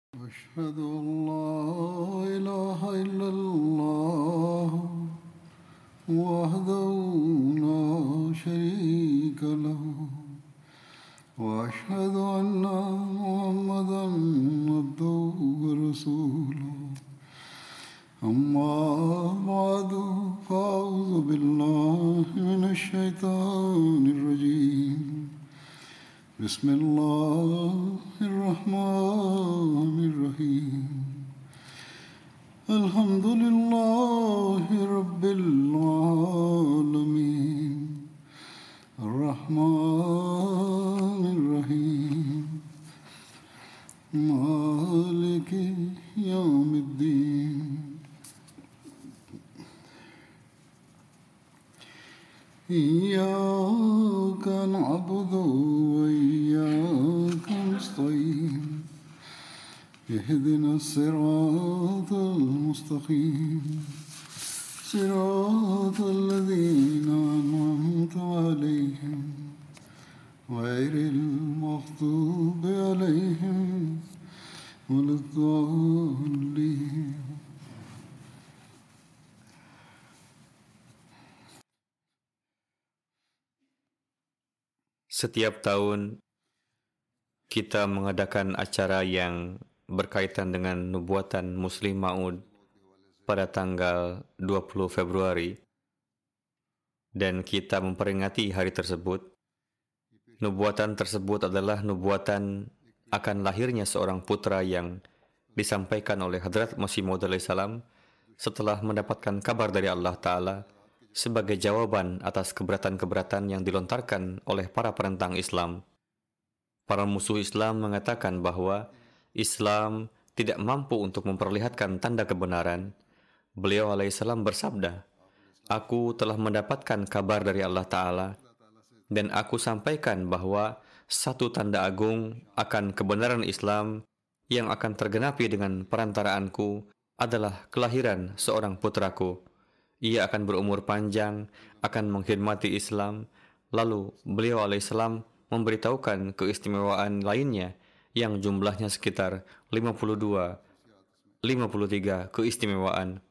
أشهد أن لا إله إلا الله وحده لا شريك له وأشهد أن محمدا عبده ورسوله أما بعد فأعوذ بالله من الشيطان الرجيم بسم الله الرحمن الرحيم الحمد لله رب العالمين الرحمن الرحيم مالك يوم الدين إياك نعبد وإياك نستعين اهدنا الصراط المستقيم صراط الذين أنعمت عليهم غير المغضوب عليهم ولا الضالين. Setiap tahun kita mengadakan acara yang berkaitan dengan nubuatan Muslim Maud pada tanggal 20 Februari dan kita memperingati hari tersebut. Nubuatan tersebut adalah nubuatan akan lahirnya seorang putra yang disampaikan oleh Hadrat Masih Maud alaihissalam setelah mendapatkan kabar dari Allah Ta'ala sebagai jawaban atas keberatan-keberatan yang dilontarkan oleh para penentang Islam. Para musuh Islam mengatakan bahwa Islam tidak mampu untuk memperlihatkan tanda kebenaran. Beliau alaihissalam bersabda, "Aku telah mendapatkan kabar dari Allah Ta'ala, dan aku sampaikan bahwa satu tanda agung akan kebenaran Islam yang akan tergenapi dengan perantaraanku adalah kelahiran seorang putraku. Ia akan berumur panjang, akan mengkhidmati Islam." Lalu beliau alaihissalam memberitahukan keistimewaan lainnya yang jumlahnya sekitar 53 keistimewaan.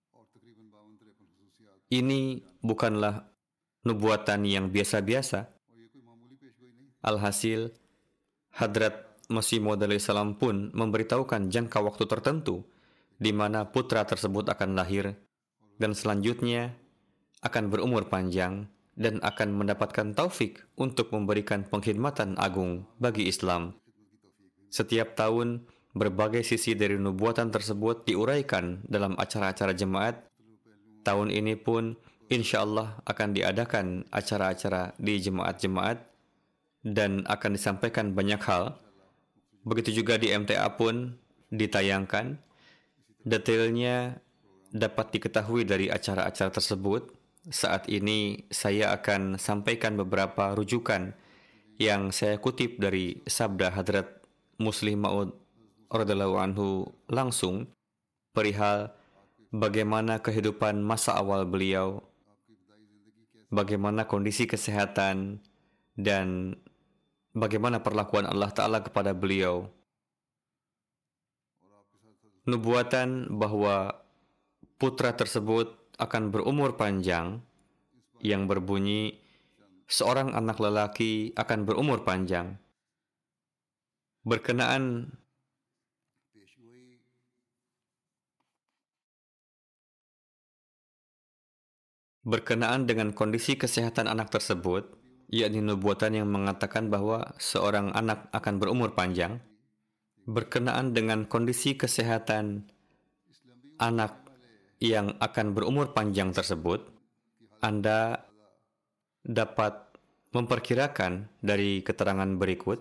Ini bukanlah nubuatan yang biasa-biasa. Alhasil, Hadrat Masih Maud alaihissalam pun memberitahukan jangka waktu tertentu di mana putra tersebut akan lahir dan selanjutnya akan berumur panjang dan akan mendapatkan taufik untuk memberikan pengkhidmatan agung bagi Islam. Setiap tahun, berbagai sisi dari nubuatan tersebut diuraikan dalam acara-acara jemaat. Tahun ini pun, insya Allah akan diadakan acara-acara di jemaat-jemaat dan akan disampaikan banyak hal. Begitu juga di MTA pun ditayangkan. Detailnya dapat diketahui dari acara-acara tersebut. Saat ini saya akan sampaikan beberapa rujukan yang saya kutip dari sabda Hadrat Muslim Maud radhiyallahu anhu langsung perihal bagaimana kehidupan masa awal beliau, bagaimana kondisi kesehatan, dan bagaimana perlakuan Allah Ta'ala kepada beliau. Nubuatan bahwa putra tersebut akan berumur panjang yang berbunyi seorang anak lelaki akan berumur panjang berkenaan dengan kondisi kesehatan anak tersebut, yakni nubuatan yang mengatakan bahwa seorang anak akan berumur panjang. Berkenaan dengan kondisi kesehatan anak yang akan berumur panjang tersebut, Anda dapat memperkirakan dari keterangan berikut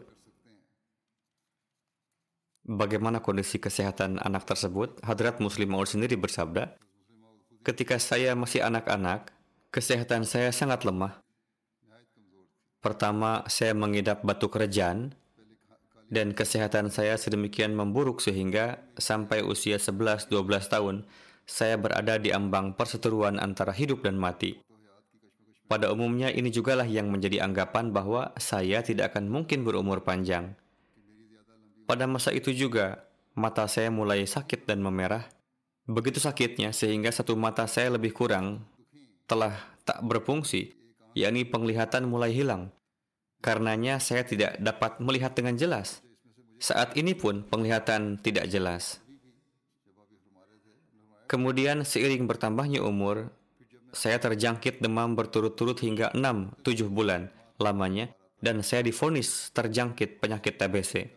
bagaimana kondisi kesehatan anak tersebut. Hadrat Muslim Maud sendiri bersabda, "Ketika saya masih anak-anak, kesehatan saya sangat lemah. Pertama, saya mengidap batuk rejan, dan kesehatan saya sedemikian memburuk sehingga sampai usia 11-12 tahun, saya berada di ambang perseteruan antara hidup dan mati. Pada umumnya ini jugalah yang menjadi anggapan bahwa saya tidak akan mungkin berumur panjang. Pada masa itu juga, mata saya mulai sakit dan memerah. Begitu sakitnya sehingga satu mata saya lebih kurang telah tak berfungsi, yakni penglihatan mulai hilang. Karenanya saya tidak dapat melihat dengan jelas. Saat ini pun penglihatan tidak jelas. Kemudian seiring bertambahnya umur, saya terjangkit demam berturut-turut hingga 6-7 bulan lamanya dan saya divonis terjangkit penyakit TBC.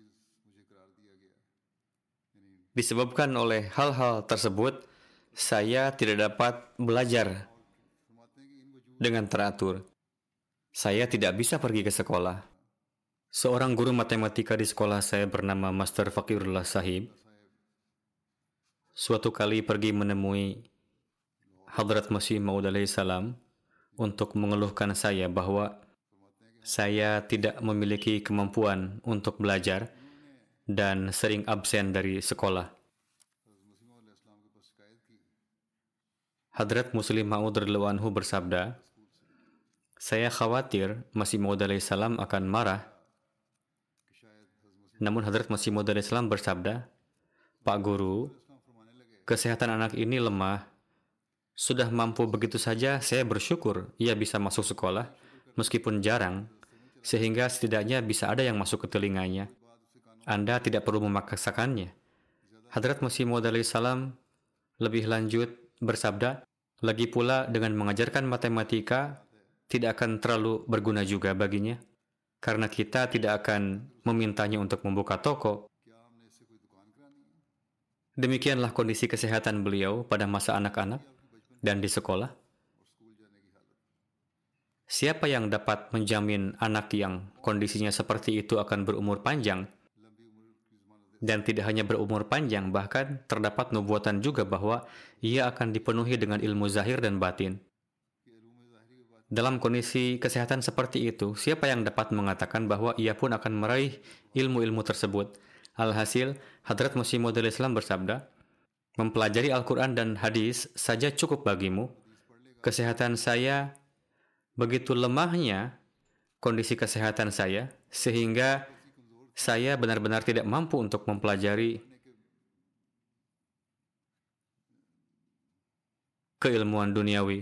Disebabkan oleh hal-hal tersebut, saya tidak dapat belajar dengan teratur. Saya tidak bisa pergi ke sekolah. Seorang guru matematika di sekolah saya bernama Master Fakirullah Sahib suatu kali pergi menemui Hadrat Masih Maud alaihi salam untuk mengeluhkan saya bahwa saya tidak memiliki kemampuan untuk belajar dan sering absen dari sekolah. Hadrat Muslim Maud radhiyallahu anhu bersabda, "Saya khawatir Masih Maud alaihi salam akan marah." Namun Hadrat Masih Maud alaihi salam bersabda, "Pak Guru, kesehatan anak ini lemah. Sudah mampu begitu saja, saya bersyukur ia bisa masuk sekolah, meskipun jarang, sehingga setidaknya bisa ada yang masuk ke telinganya. Anda tidak perlu memaksakannya." Hadrat Masih Maud alaihi salam lebih lanjut bersabda, "Lagi pula dengan mengajarkan matematika tidak akan terlalu berguna juga baginya, karena kita tidak akan memintanya untuk membuka toko." Demikianlah kondisi kesehatan beliau pada masa anak-anak dan di sekolah. Siapa yang dapat menjamin anak yang kondisinya seperti itu akan berumur panjang? Dan tidak hanya berumur panjang, bahkan terdapat nubuatan juga bahwa ia akan dipenuhi dengan ilmu zahir dan batin. Dalam kondisi kesehatan seperti itu, siapa yang dapat mengatakan bahwa ia pun akan meraih ilmu-ilmu tersebut? Alhasil, Hadrat Masih Maud alaihi salam bersabda, "Mempelajari Al-Quran dan hadis saja cukup bagimu. Kesehatan saya begitu lemahnya kondisi kesehatan saya, sehingga saya benar-benar tidak mampu untuk mempelajari keilmuan duniawi.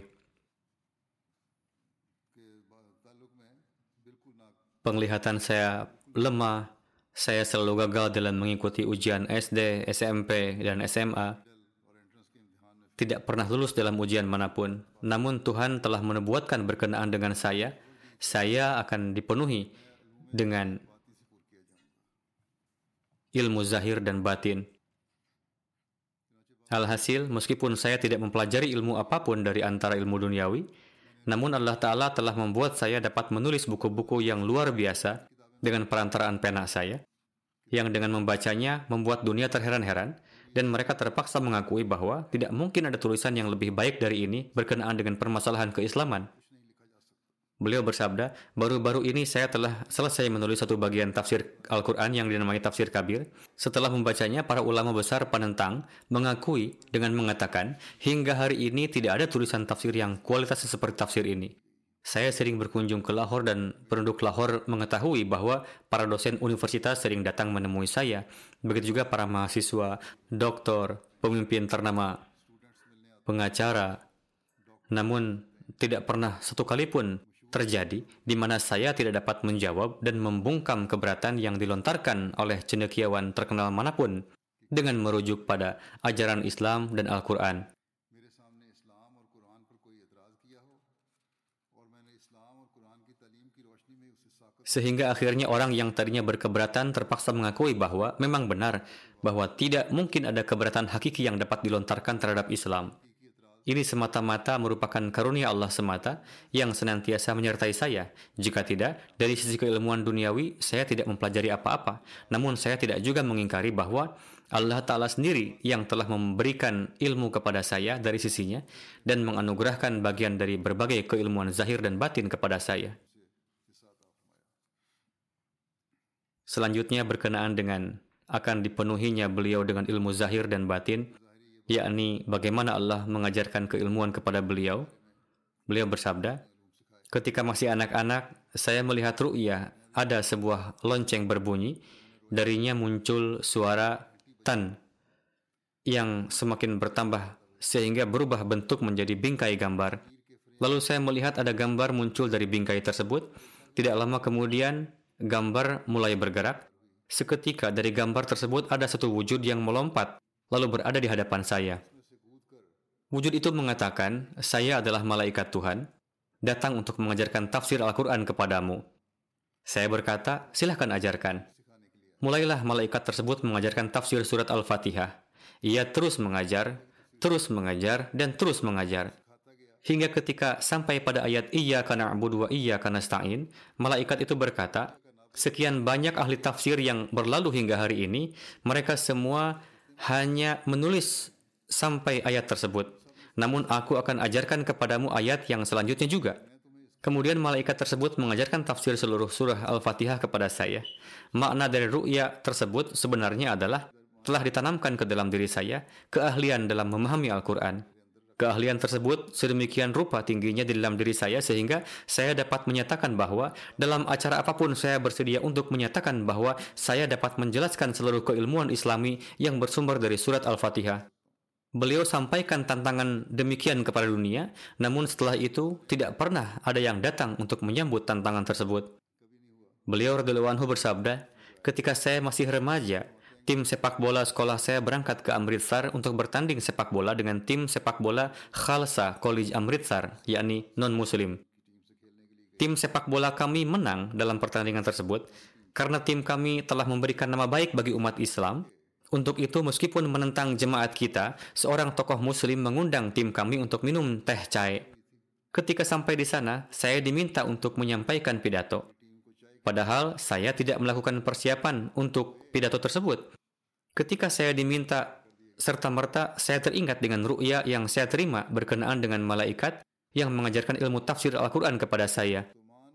Penglihatan saya lemah, saya selalu gagal dalam mengikuti ujian SD, SMP, dan SMA. Tidak pernah lulus dalam ujian manapun. Namun Tuhan telah menubuatkan berkenaan dengan saya akan dipenuhi dengan ilmu zahir dan batin." Alhasil, meskipun saya tidak mempelajari ilmu apapun dari antara ilmu duniawi, namun Allah Ta'ala telah membuat saya dapat menulis buku-buku yang luar biasa dengan perantaraan pena saya, yang dengan membacanya membuat dunia terheran-heran, dan mereka terpaksa mengakui bahwa tidak mungkin ada tulisan yang lebih baik dari ini berkenaan dengan permasalahan keislaman. Beliau bersabda, "Baru-baru ini saya telah selesai menulis satu bagian tafsir Al-Quran yang dinamai Tafsir Kabir. Setelah membacanya, para ulama besar penentang mengakui dengan mengatakan, hingga hari ini tidak ada tulisan tafsir yang kualitasnya seperti tafsir ini." Saya sering berkunjung ke Lahore dan penduduk Lahore mengetahui bahwa para dosen universitas sering datang menemui saya. Begitu juga para mahasiswa, doktor, pemimpin ternama, pengacara. Namun, tidak pernah satu kali pun terjadi di mana saya tidak dapat menjawab dan membungkam keberatan yang dilontarkan oleh cendekiawan terkenal manapun dengan merujuk pada ajaran Islam dan Al-Quran. Sehingga akhirnya orang yang tadinya berkeberatan terpaksa mengakui bahwa memang benar bahwa tidak mungkin ada keberatan hakiki yang dapat dilontarkan terhadap Islam. Ini semata-mata merupakan karunia Allah semata yang senantiasa menyertai saya. Jika tidak, dari sisi keilmuan duniawi, saya tidak mempelajari apa-apa. Namun saya tidak juga mengingkari bahwa Allah Ta'ala sendiri yang telah memberikan ilmu kepada saya dari sisinya dan menganugerahkan bagian dari berbagai keilmuan zahir dan batin kepada saya. Selanjutnya berkenaan dengan akan dipenuhinya beliau dengan ilmu zahir dan batin, yakni bagaimana Allah mengajarkan keilmuan kepada beliau. Beliau bersabda, "Ketika masih anak-anak, saya melihat ru'ya, ada sebuah lonceng berbunyi, darinya muncul suara tan yang semakin bertambah sehingga berubah bentuk menjadi bingkai gambar. Lalu saya melihat ada gambar muncul dari bingkai tersebut. Tidak lama kemudian, gambar mulai bergerak. Seketika dari gambar tersebut ada satu wujud yang melompat, lalu berada di hadapan saya. Wujud itu mengatakan, saya adalah malaikat Tuhan, datang untuk mengajarkan tafsir Al-Quran kepadamu. Saya berkata, silahkan ajarkan. Mulailah malaikat tersebut mengajarkan tafsir surat Al-Fatihah. Ia terus mengajar, dan terus mengajar. Hingga ketika sampai pada ayat Iyyaka na'budu wa iyyaka nasta'in, malaikat itu berkata, sekian banyak ahli tafsir yang berlalu hingga hari ini, mereka semua hanya menulis sampai ayat tersebut. Namun aku akan ajarkan kepadamu ayat yang selanjutnya juga. Kemudian malaikat tersebut mengajarkan tafsir seluruh surah Al-Fatihah kepada saya. Makna dari ru'ya tersebut sebenarnya adalah telah ditanamkan ke dalam diri saya keahlian dalam memahami Al-Quran. Keahlian tersebut sedemikian rupa tingginya di dalam diri saya sehingga saya dapat menyatakan bahwa dalam acara apapun saya bersedia untuk menyatakan bahwa saya dapat menjelaskan seluruh keilmuan Islami yang bersumber dari surat Al-Fatihah. Beliau sampaikan tantangan demikian kepada dunia, namun setelah itu tidak pernah ada yang datang untuk menyambut tantangan tersebut. Beliau radhiyallahu anhu bersabda, ketika saya masih remaja, tim sepak bola sekolah saya berangkat ke Amritsar untuk bertanding sepak bola dengan tim sepak bola Khalsa College Amritsar, yakni non-muslim. Tim sepak bola kami menang dalam pertandingan tersebut karena tim kami telah memberikan nama baik bagi umat Islam. Untuk itu, meskipun menentang jemaat kita, seorang tokoh muslim mengundang tim kami untuk minum teh cai. Ketika sampai di sana, saya diminta untuk menyampaikan pidato. Padahal saya tidak melakukan persiapan untuk pidato tersebut. Ketika saya diminta serta-merta, saya teringat dengan ru'ya yang saya terima berkenaan dengan malaikat yang mengajarkan ilmu tafsir Al-Quran kepada saya.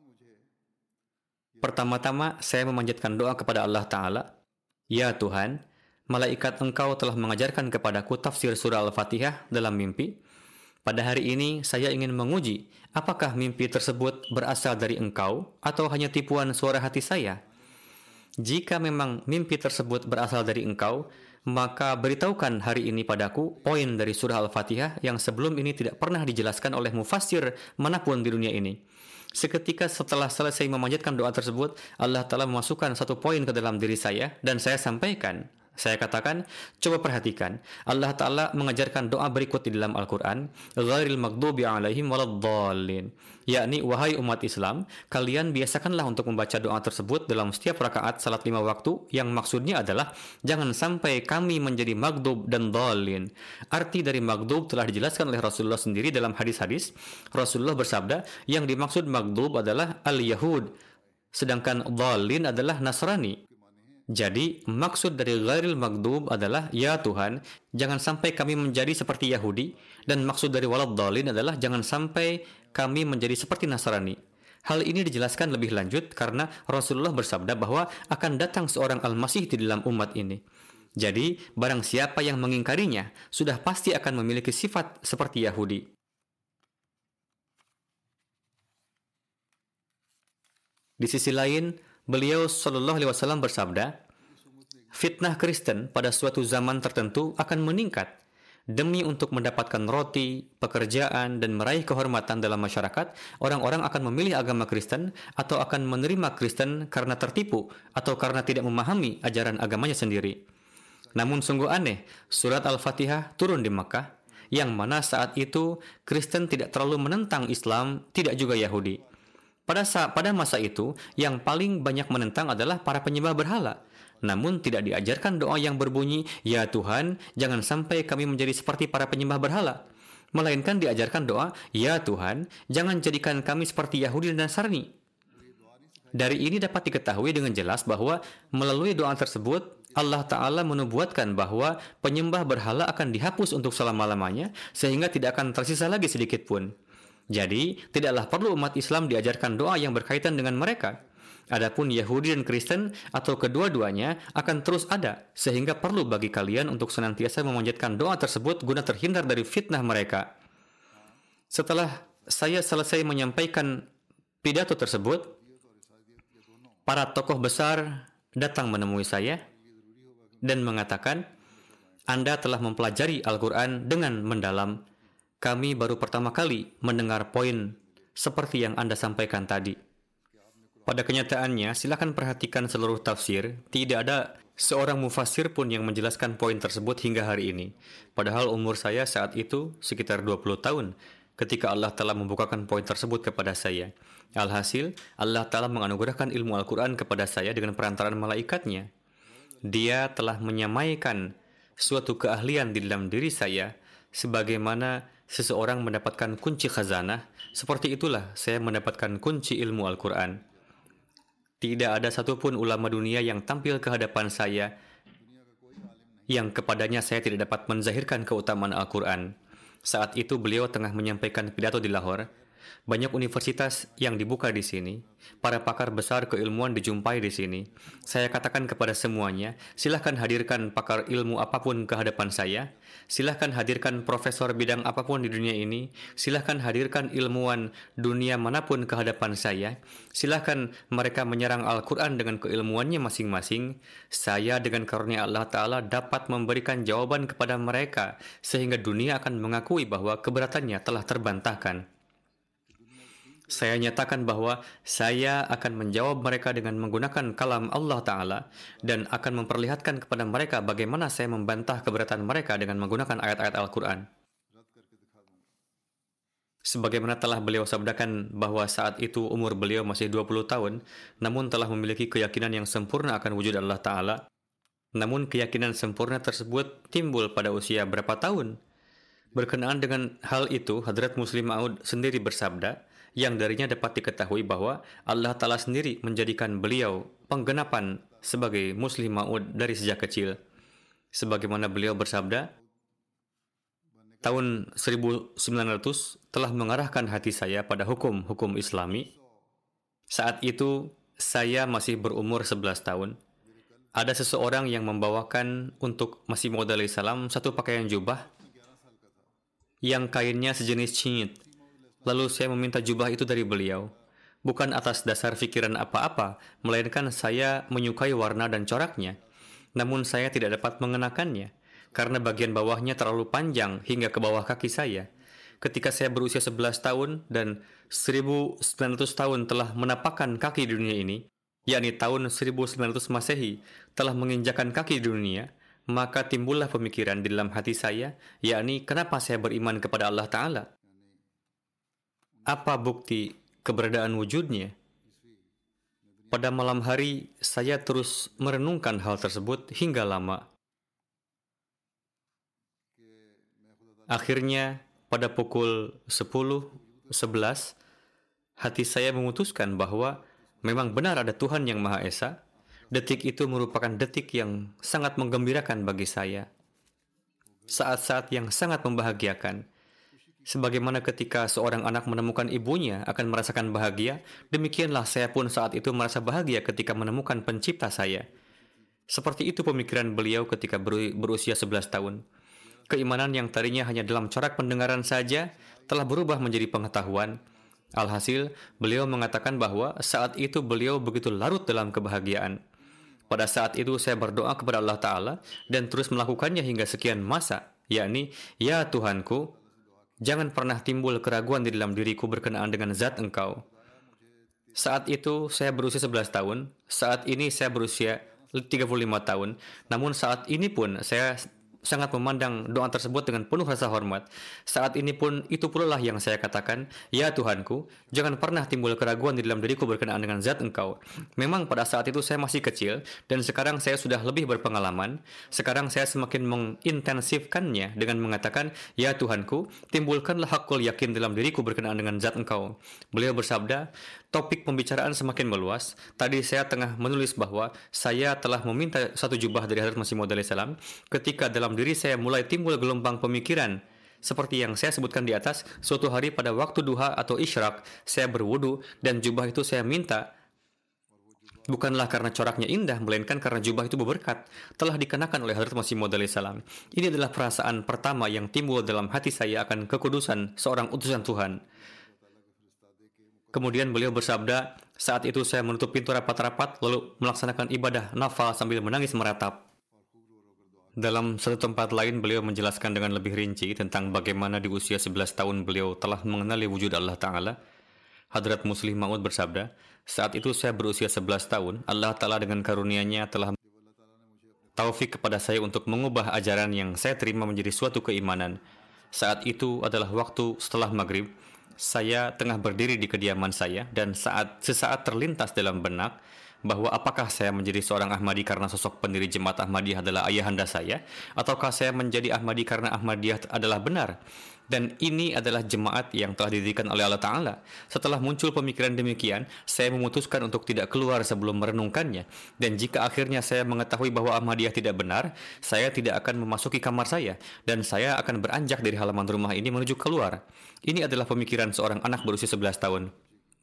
Pertama-tama, saya memanjatkan doa kepada Allah Ta'ala. Ya Tuhan, malaikat Engkau telah mengajarkan kepadaku tafsir surah Al-Fatihah dalam mimpi. Pada hari ini, saya ingin menguji apakah mimpi tersebut berasal dari Engkau atau hanya tipuan suara hati saya. Jika memang mimpi tersebut berasal dari Engkau, maka beritahukan hari ini padaku poin dari surah Al-Fatihah yang sebelum ini tidak pernah dijelaskan oleh mufassir manapun di dunia ini. Seketika setelah selesai memanjatkan doa tersebut, Allah Ta'ala memasukkan satu poin ke dalam diri saya dan saya sampaikan. Saya katakan, coba perhatikan. Allah Ta'ala mengajarkan doa berikut di dalam Al-Quran. Ghairil maghdubi alaihim waladdallin. Yakni, wahai umat Islam, kalian biasakanlah untuk membaca doa tersebut dalam setiap rakaat salat 5 waktu, yang maksudnya adalah, jangan sampai kami menjadi maghdub dan dhalin. Arti dari maghdub telah dijelaskan oleh Rasulullah sendiri dalam hadis-hadis. Rasulullah bersabda, yang dimaksud maghdub adalah al-Yahud, sedangkan dhalin adalah Nasrani. Jadi, maksud dari ghairil maghdub adalah, ya Tuhan, jangan sampai kami menjadi seperti Yahudi, dan maksud dari waladdallin adalah jangan sampai kami menjadi seperti Nasrani. Hal ini dijelaskan lebih lanjut karena Rasulullah bersabda bahwa akan datang seorang Al-Masih di dalam umat ini. Jadi, barang siapa yang mengingkarinya, sudah pasti akan memiliki sifat seperti Yahudi. Di sisi lain, beliau Shallallahu Alaihi Wasallam bersabda, fitnah Kristen pada suatu zaman tertentu akan meningkat demi untuk mendapatkan roti, pekerjaan, dan meraih kehormatan dalam masyarakat. Orang-orang akan memilih agama Kristen atau akan menerima Kristen karena tertipu atau karena tidak memahami ajaran agamanya sendiri. Namun sungguh aneh, surat Al-Fatihah turun di Makkah, yang mana saat itu Kristen tidak terlalu menentang Islam, tidak juga Yahudi. Pada masa itu, yang paling banyak menentang adalah para penyembah berhala. Namun tidak diajarkan doa yang berbunyi, ya Tuhan, jangan sampai kami menjadi seperti para penyembah berhala. Melainkan diajarkan doa, ya Tuhan, jangan jadikan kami seperti Yahudi dan Nasrani. Dari ini dapat diketahui dengan jelas bahwa melalui doa tersebut, Allah Ta'ala menubuatkan bahwa penyembah berhala akan dihapus untuk selama-lamanya, sehingga tidak akan tersisa lagi sedikit pun. Jadi, tidaklah perlu umat Islam diajarkan doa yang berkaitan dengan mereka. Adapun Yahudi dan Kristen atau kedua-duanya akan terus ada, sehingga perlu bagi kalian untuk senantiasa memanjatkan doa tersebut guna terhindar dari fitnah mereka. Setelah saya selesai menyampaikan pidato tersebut, para tokoh besar datang menemui saya dan mengatakan, Anda telah mempelajari Al-Quran dengan mendalam. Kami baru pertama kali mendengar poin seperti yang Anda sampaikan tadi. Pada kenyataannya, silakan perhatikan seluruh tafsir. Tidak ada seorang mufassir pun yang menjelaskan poin tersebut hingga hari ini. Padahal umur saya saat itu sekitar 20 tahun ketika Allah telah membukakan poin tersebut kepada saya. Alhasil, Allah Ta'ala menganugerahkan ilmu Al-Quran kepada saya dengan perantaraan malaikatnya. Dia telah menyamaikan suatu keahlian di dalam diri saya sebagaimana seseorang mendapatkan kunci khazanah. Seperti itulah saya mendapatkan kunci ilmu Al-Quran. Tidak ada satupun ulama dunia yang tampil ke hadapan saya yang kepadanya saya tidak dapat menzahirkan keutamaan Al-Quran. Saat itu beliau tengah menyampaikan pidato di Lahore. Banyak universitas yang dibuka di sini. Para pakar besar keilmuan dijumpai di sini. Saya katakan kepada semuanya, silahkan hadirkan pakar ilmu apapun ke hadapan saya. Silahkan hadirkan profesor bidang apapun di dunia ini. Silahkan hadirkan ilmuwan dunia manapun ke hadapan saya. Silahkan mereka menyerang Al-Quran dengan keilmuannya masing-masing. Saya dengan karunia Allah Ta'ala dapat memberikan jawaban kepada mereka sehingga dunia akan mengakui bahwa keberatannya telah terbantahkan. Saya nyatakan bahwa saya akan menjawab mereka dengan menggunakan kalam Allah Ta'ala dan akan memperlihatkan kepada mereka bagaimana saya membantah keberatan mereka dengan menggunakan ayat-ayat Al-Quran. Sebagaimana telah beliau sabdakan bahwa saat itu umur beliau masih 20 tahun, namun telah memiliki keyakinan yang sempurna akan wujud Allah Ta'ala. Namun keyakinan sempurna tersebut timbul pada usia berapa tahun? Berkenaan dengan hal itu, Hadrat Muslim Maud sendiri bersabda, yang darinya dapat diketahui bahwa Allah Ta'ala sendiri menjadikan beliau penggenapan sebagai Muslim Maud dari sejak kecil. Sebagaimana beliau bersabda, tahun 1900 telah mengarahkan hati saya pada hukum-hukum Islami. Saat itu saya masih berumur 11 tahun. Ada seseorang yang membawakan untuk Masih Maud alaihi salam satu pakaian jubah yang kainnya sejenis cingit. Lalu saya meminta jubah itu dari beliau. Bukan atas dasar fikiran apa-apa, melainkan saya menyukai warna dan coraknya. Namun saya tidak dapat mengenakannya, karena bagian bawahnya terlalu panjang hingga ke bawah kaki saya. Ketika saya berusia 11 tahun dan 1900 tahun telah menapakkan kaki di dunia ini, yakni tahun 1900 Masehi telah menginjakan kaki di dunia, maka timbullah pemikiran di dalam hati saya, yakni kenapa saya beriman kepada Allah Ta'ala? Apa bukti keberadaan wujudnya? Pada malam hari, saya terus merenungkan hal tersebut hingga lama. Akhirnya, pada pukul 10:11, hati saya memutuskan bahwa memang benar ada Tuhan yang Maha Esa. Detik itu merupakan detik yang sangat menggembirakan bagi saya. Saat-saat yang sangat membahagiakan. Sebagaimana ketika seorang anak menemukan ibunya akan merasakan bahagia, demikianlah saya pun saat itu merasa bahagia ketika menemukan pencipta saya. Seperti itu pemikiran beliau ketika berusia 11 tahun. Keimanan yang tadinya hanya dalam corak pendengaran saja telah berubah menjadi pengetahuan. Alhasil, beliau mengatakan bahwa saat itu beliau begitu larut dalam kebahagiaan. Pada saat itu saya berdoa kepada Allah Ta'ala dan terus melakukannya hingga sekian masa, yakni, ya Tuhanku, jangan pernah timbul keraguan di dalam diriku berkenaan dengan zat Engkau. Saat itu saya berusia 11 tahun, saat ini saya berusia 35 tahun, namun saat ini pun saya sangat memandang doa tersebut dengan penuh rasa hormat. Saat ini pun itu pula lah yang saya katakan, ya Tuhanku, jangan pernah timbul keraguan di dalam diriku berkenaan dengan zat Engkau. Memang pada saat itu saya masih kecil, dan sekarang saya sudah lebih berpengalaman. Sekarang saya semakin mengintensifkannya dengan mengatakan, ya Tuhanku, timbulkanlah hakul yakin dalam diriku berkenaan dengan zat Engkau. Beliau bersabda, topik pembicaraan semakin meluas. Tadi saya tengah menulis bahwa saya telah meminta satu jubah dari Hadrat Masih Maud alaihi salam ketika dalam diri saya mulai timbul gelombang pemikiran. Seperti yang saya sebutkan di atas, suatu hari pada waktu duha atau isyraq, saya berwudu dan jubah itu saya minta. Bukanlah karena coraknya indah, melainkan karena jubah itu berberkat, telah dikenakan oleh Hadrat Masih Maud alaihi salam. Ini adalah perasaan pertama yang timbul dalam hati saya akan kekudusan seorang utusan Tuhan. Kemudian beliau bersabda, saat itu saya menutup pintu rapat-rapat lalu melaksanakan ibadah nafal sambil menangis meratap. Dalam satu tempat lain, beliau menjelaskan dengan lebih rinci tentang bagaimana di usia 11 tahun beliau telah mengenali wujud Allah Ta'ala. Hadrat Muslih Ma'ud bersabda, saat itu saya berusia 11 tahun, Allah Ta'ala dengan karunia-Nya telah taufik kepada saya untuk mengubah ajaran yang saya terima menjadi suatu keimanan. Saat itu adalah waktu setelah maghrib. Saya tengah berdiri di kediaman saya dan sesaat terlintas dalam benak bahwa apakah saya menjadi seorang Ahmadi karena sosok pendiri jemaat Ahmadiyah adalah ayahanda saya, ataukah saya menjadi Ahmadi karena Ahmadiyah adalah benar. Dan ini adalah jemaat yang telah didirikan oleh Allah Ta'ala. Setelah muncul pemikiran demikian, saya memutuskan untuk tidak keluar sebelum merenungkannya. Dan jika akhirnya saya mengetahui bahwa Ahmadiyah tidak benar, saya tidak akan memasuki kamar saya, dan saya akan beranjak dari halaman rumah ini menuju keluar. Ini adalah pemikiran seorang anak berusia 11 tahun.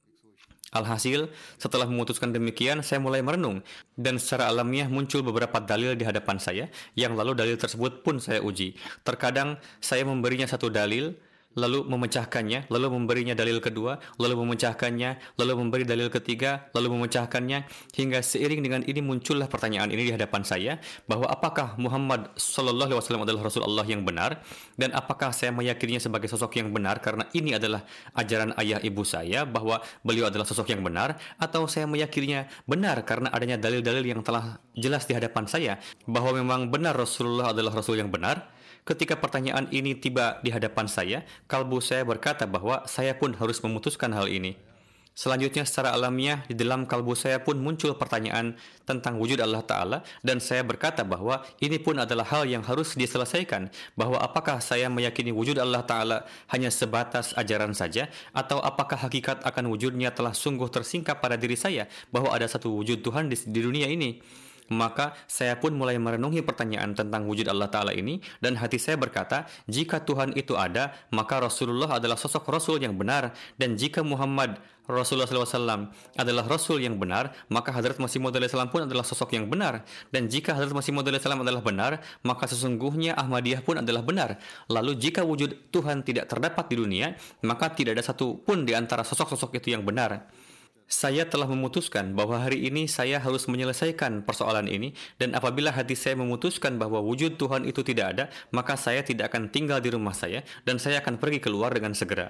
Alhasil, setelah memutuskan demikian, saya mulai merenung, dan secara alamiah muncul beberapa dalil di hadapan saya, yang lalu dalil tersebut pun saya uji. Terkadang, saya memberinya satu dalil, lalu memecahkannya, lalu memberinya dalil kedua, lalu memecahkannya, lalu memberi dalil ketiga, lalu memecahkannya, hingga seiring dengan ini muncullah pertanyaan ini di hadapan saya, bahwa apakah Muhammad Sallallahu Alaihi Wasallam adalah Rasul Allah yang benar, dan apakah saya meyakininya sebagai sosok yang benar karena ini adalah ajaran ayah ibu saya bahwa beliau adalah sosok yang benar, atau saya meyakininya benar karena adanya dalil-dalil yang telah jelas di hadapan saya bahwa memang benar Rasulullah adalah Rasul yang benar. Ketika pertanyaan ini tiba di hadapan saya, kalbu saya berkata bahwa saya pun harus memutuskan hal ini. Selanjutnya secara alamiah di dalam kalbu saya pun muncul pertanyaan tentang wujud Allah Ta'ala, dan saya berkata bahwa ini pun adalah hal yang harus diselesaikan, bahwa apakah saya meyakini wujud Allah Ta'ala hanya sebatas ajaran saja, atau apakah hakikat akan wujudnya telah sungguh tersingkap pada diri saya bahwa ada satu wujud Tuhan di dunia ini. Maka saya pun mulai merenungi pertanyaan tentang wujud Allah Ta'ala ini, dan hati saya berkata, jika Tuhan itu ada, maka Rasulullah adalah sosok Rasul yang benar, dan jika Muhammad Rasulullah SAW adalah Rasul yang benar, maka Hadrat Masih Maud SAW pun adalah sosok yang benar, dan jika Hadrat Masih Maud SAW adalah benar, maka sesungguhnya Ahmadiyah pun adalah benar. Lalu jika wujud Tuhan tidak terdapat di dunia, maka tidak ada satu pun di antara sosok-sosok itu yang benar. Saya telah memutuskan bahwa hari ini saya harus menyelesaikan persoalan ini, dan apabila hati saya memutuskan bahwa wujud Tuhan itu tidak ada, maka saya tidak akan tinggal di rumah saya, dan saya akan pergi keluar dengan segera.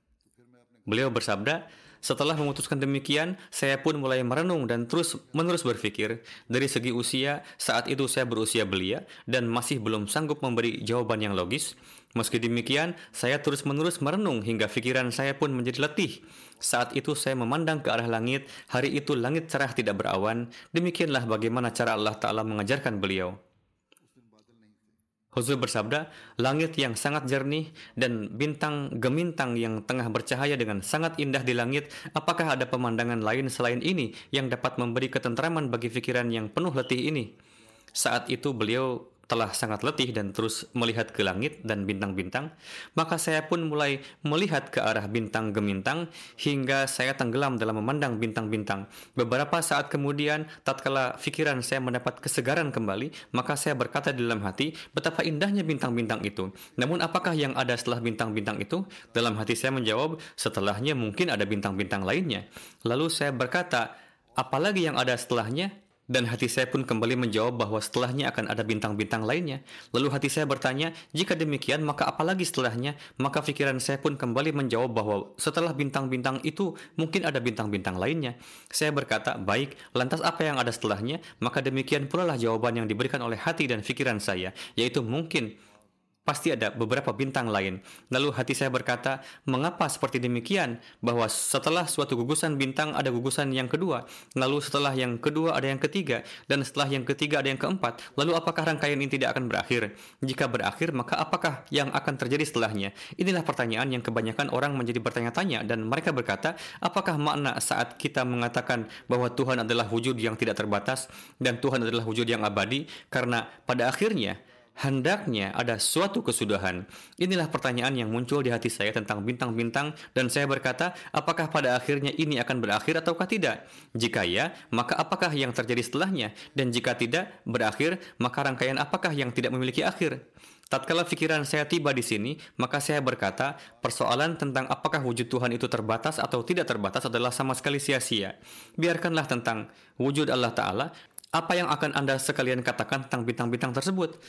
Beliau bersabda, setelah memutuskan demikian, saya pun mulai merenung dan terus-menerus berpikir. Dari segi usia, saat itu saya berusia belia dan masih belum sanggup memberi jawaban yang logis. Meski demikian, saya terus-menerus merenung hingga pikiran saya pun menjadi letih. Saat itu saya memandang ke arah langit. Hari itu langit cerah tidak berawan. Demikianlah bagaimana cara Allah Ta'ala mengajarkan beliau. Huzur bersabda, langit yang sangat jernih dan bintang gemintang yang tengah bercahaya dengan sangat indah di langit, apakah ada pemandangan lain selain ini yang dapat memberi ketentraman bagi pikiran yang penuh letih ini? Saat itu beliau telah sangat letih dan terus melihat ke langit dan bintang-bintang, maka saya pun mulai melihat ke arah bintang gemintang hingga saya tenggelam dalam memandang bintang-bintang. Beberapa saat kemudian, tatkala pikiran saya mendapat kesegaran kembali, maka saya berkata di dalam hati, betapa indahnya bintang-bintang itu. Namun apakah yang ada setelah bintang-bintang itu? Dalam hati saya menjawab, setelahnya mungkin ada bintang-bintang lainnya. Lalu saya berkata, apalagi yang ada setelahnya? Dan hati saya pun kembali menjawab bahwa setelahnya akan ada bintang-bintang lainnya. Lalu hati saya bertanya, jika demikian maka apalagi setelahnya? Maka pikiran saya pun kembali menjawab bahwa setelah bintang-bintang itu mungkin ada bintang-bintang lainnya. Saya berkata, baik, lantas apa yang ada setelahnya? Maka demikian pula lah jawaban yang diberikan oleh hati dan pikiran saya, yaitu mungkin pasti ada beberapa bintang lain. Lalu hati saya berkata, mengapa seperti demikian? Bahwa setelah suatu gugusan bintang ada gugusan yang kedua, lalu setelah yang kedua ada yang ketiga, dan setelah yang ketiga ada yang keempat. Lalu apakah rangkaian ini tidak akan berakhir? Jika berakhir, maka apakah yang akan terjadi setelahnya? Inilah pertanyaan yang kebanyakan orang menjadi bertanya-tanya, dan mereka berkata, apakah makna saat kita mengatakan bahwa Tuhan adalah wujud yang tidak terbatas dan Tuhan adalah wujud yang abadi? Karena pada akhirnya hendaknya ada suatu kesudahan. Inilah pertanyaan yang muncul di hati saya tentang bintang-bintang, dan saya berkata, apakah pada akhirnya ini akan berakhir ataukah tidak? Jika ya, maka apakah yang terjadi setelahnya? Dan jika tidak berakhir, maka rangkaian apakah yang tidak memiliki akhir? Tatkala pikiran saya tiba di sini, maka saya berkata, persoalan tentang apakah wujud Tuhan itu terbatas atau tidak terbatas adalah sama sekali sia-sia. Biarkanlah tentang wujud Allah Ta'ala. Apa yang akan Anda sekalian katakan tentang bintang-bintang tersebut?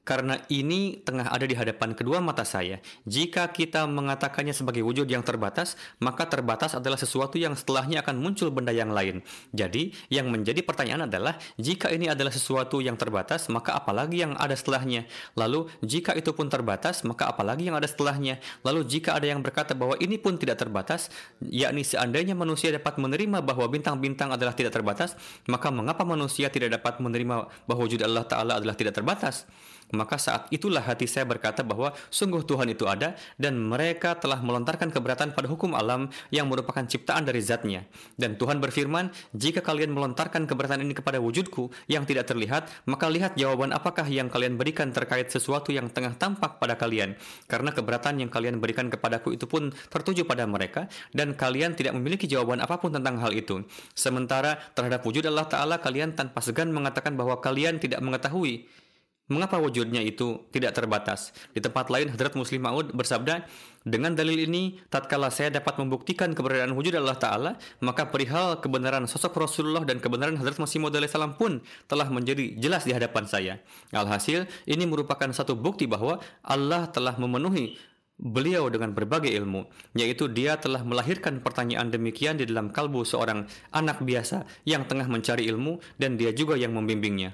karena ini tengah ada di hadapan kedua mata saya. Jika kita mengatakannya sebagai wujud yang terbatas, maka terbatas adalah sesuatu yang setelahnya akan muncul benda yang lain. Jadi, yang menjadi pertanyaan adalah, jika ini adalah sesuatu yang terbatas, maka apalagi yang ada setelahnya? Lalu, jika itu pun terbatas, maka apalagi yang ada setelahnya? Lalu, jika ada yang berkata bahwa ini pun tidak terbatas, yakni seandainya manusia dapat menerima bahwa bintang-bintang adalah tidak terbatas, maka mengapa manusia tidak dapat menerima bahwa wujud Allah Ta'ala adalah tidak terbatas? Maka saat itulah hati saya berkata bahwa sungguh Tuhan itu ada dan mereka telah melontarkan keberatan pada hukum alam yang merupakan ciptaan dari zatnya. Dan Tuhan berfirman, jika kalian melontarkan keberatan ini kepada wujudku yang tidak terlihat, maka lihat jawaban apakah yang kalian berikan terkait sesuatu yang tengah tampak pada kalian. Karena keberatan yang kalian berikan kepadaku itu pun tertuju pada mereka dan kalian tidak memiliki jawaban apapun tentang hal itu. Sementara terhadap wujud Allah Ta'ala kalian tanpa segan mengatakan bahwa kalian tidak mengetahui mengapa wujudnya itu tidak terbatas. Di tempat lain, Hadrat Muslim Maud bersabda, dengan dalil ini, tatkala saya dapat membuktikan keberadaan wujud Allah Ta'ala, maka perihal kebenaran sosok Rasulullah dan kebenaran Hadrat Masih Maud alaihissalam pun telah menjadi jelas di hadapan saya. Alhasil, ini merupakan satu bukti bahwa Allah telah memenuhi beliau dengan berbagai ilmu, yaitu dia telah melahirkan pertanyaan demikian di dalam kalbu seorang anak biasa yang tengah mencari ilmu dan dia juga yang membimbingnya.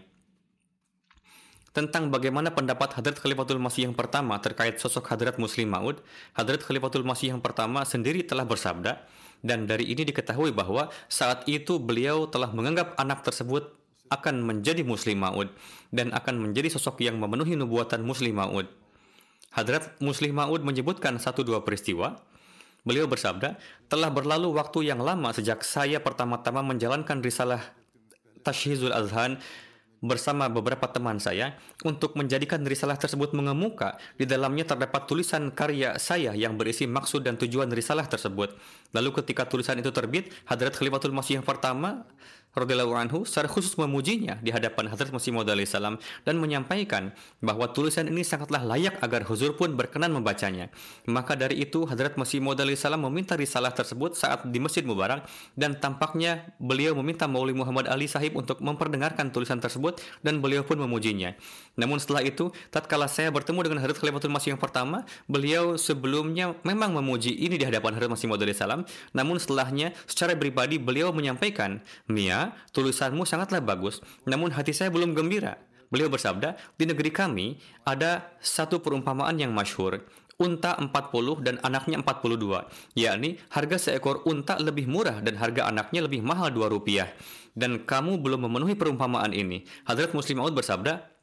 Tentang bagaimana pendapat Hadrat Khalifatul Masih yang pertama terkait sosok Hadrat Muslim Maud, Hadrat Khalifatul Masih yang pertama sendiri telah bersabda, dan dari ini diketahui bahwa saat itu beliau telah menganggap anak tersebut akan menjadi Muslim Maud dan akan menjadi sosok yang memenuhi nubuatan Muslim Maud. Hadrat Muslim Maud menyebutkan satu dua peristiwa. Beliau bersabda, telah berlalu waktu yang lama sejak saya pertama-tama menjalankan risalah Tashhizul Azhan bersama beberapa teman saya untuk menjadikan risalah tersebut mengemuka. Di dalamnya terdapat tulisan karya saya yang berisi maksud dan tujuan risalah tersebut. Lalu ketika tulisan itu terbit, Hadrat Khalifatul Masih yang pertama radhiyallahu anhu secara khusus memujinya di hadapan Hadrat Masih Maud alaihissalam dan menyampaikan bahwa tulisan ini sangatlah layak agar huzur pun berkenan membacanya. Maka dari itu Hadrat Masih Maud alaihissalam meminta risalah tersebut saat di Masjid Mubarak dan tampaknya beliau meminta Mauli Muhammad Ali Sahib untuk memperdengarkan tulisan tersebut dan beliau pun memujinya. Namun setelah itu, tatkala saya bertemu dengan Hadrat Khalifatul Masih yang pertama, beliau sebelumnya memang memuji ini di hadapan Hadrat Masih Maud alaihissalam, namun setelahnya secara pribadi beliau menyampaikan, Mia, tulisanmu sangatlah bagus, namun hati saya belum gembira. Beliau bersabda, di negeri kami ada satu perumpamaan yang masyhur, unta 40 dan anaknya 42, yakni harga seekor unta lebih murah dan harga anaknya lebih mahal 2 rupiah. Dan kamu belum memenuhi perumpamaan ini. Hadrat Muslim Maud bersabda,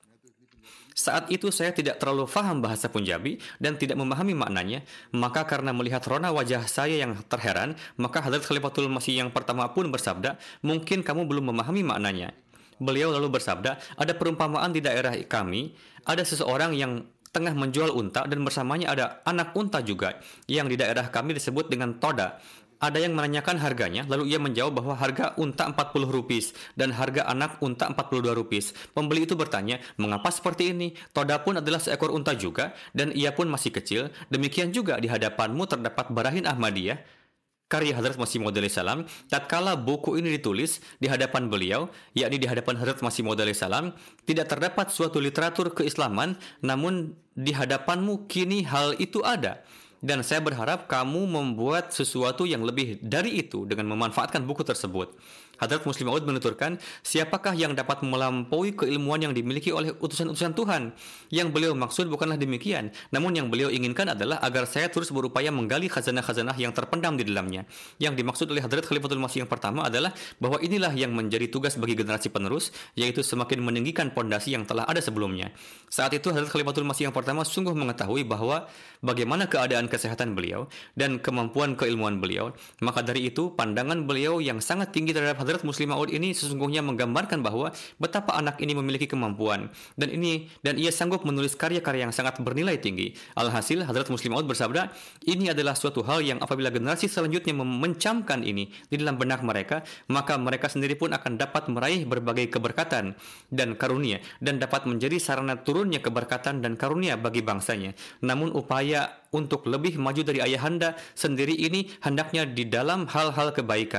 saat itu saya tidak terlalu faham bahasa Punjabi dan tidak memahami maknanya, maka karena melihat rona wajah saya yang terheran, maka Hadrat Khalifatul Masih yang pertama pun bersabda, mungkin kamu belum memahami maknanya. Beliau lalu bersabda, ada perumpamaan di daerah kami, ada seseorang yang tengah menjual unta dan bersamanya ada anak unta juga, yang di daerah kami disebut dengan toda. Ada yang menanyakan harganya, lalu ia menjawab bahwa harga unta 40 rupiah dan harga anak unta 42 rupiah. Pembeli itu bertanya, mengapa seperti ini? Toda pun adalah seekor unta juga, dan ia pun masih kecil. Demikian juga di hadapanmu terdapat Barahin Ahmadiyah, karya Hadrat Masih Maud alaihissalam. Tatkala buku ini ditulis di hadapan beliau, yakni di hadapan Hadrat Masih Maud alaihissalam, tidak terdapat suatu literatur keislaman, namun di hadapanmu kini hal itu ada. Dan saya berharap kamu membuat sesuatu yang lebih dari itu dengan memanfaatkan buku tersebut. Hadrat Muslim Maud menuturkan, siapakah yang dapat melampaui keilmuan yang dimiliki oleh utusan-utusan Tuhan? Yang beliau maksud bukanlah demikian, namun yang beliau inginkan adalah agar saya terus berupaya menggali khazanah-khazanah yang terpendam di dalamnya. Yang dimaksud oleh Hadrat Khalifatul Masih yang pertama adalah bahwa inilah yang menjadi tugas bagi generasi penerus, yaitu semakin meninggikan pondasi yang telah ada sebelumnya. Saat itu Hadrat Khalifatul Masih yang pertama sungguh mengetahui bahwa bagaimana keadaan kesehatan beliau dan kemampuan keilmuan beliau. Maka dari itu, pandangan beliau yang sangat tinggi terhadap Hadrat Muslim Maud ini sesungguhnya menggambarkan bahwa betapa anak ini memiliki kemampuan dan ia sanggup menulis karya-karya yang sangat bernilai tinggi. Alhasil, Hadrat Muslim Maud bersabda, ini adalah suatu hal yang apabila generasi selanjutnya mencamkan ini di dalam benak mereka, maka mereka sendiri pun akan dapat meraih berbagai keberkatan dan karunia dan dapat menjadi sarana turunnya keberkatan dan karunia bagi bangsanya. Namun upaya untuk lebih maju dari ayahanda sendiri ini hendaknya di dalam hal-hal kebaikan.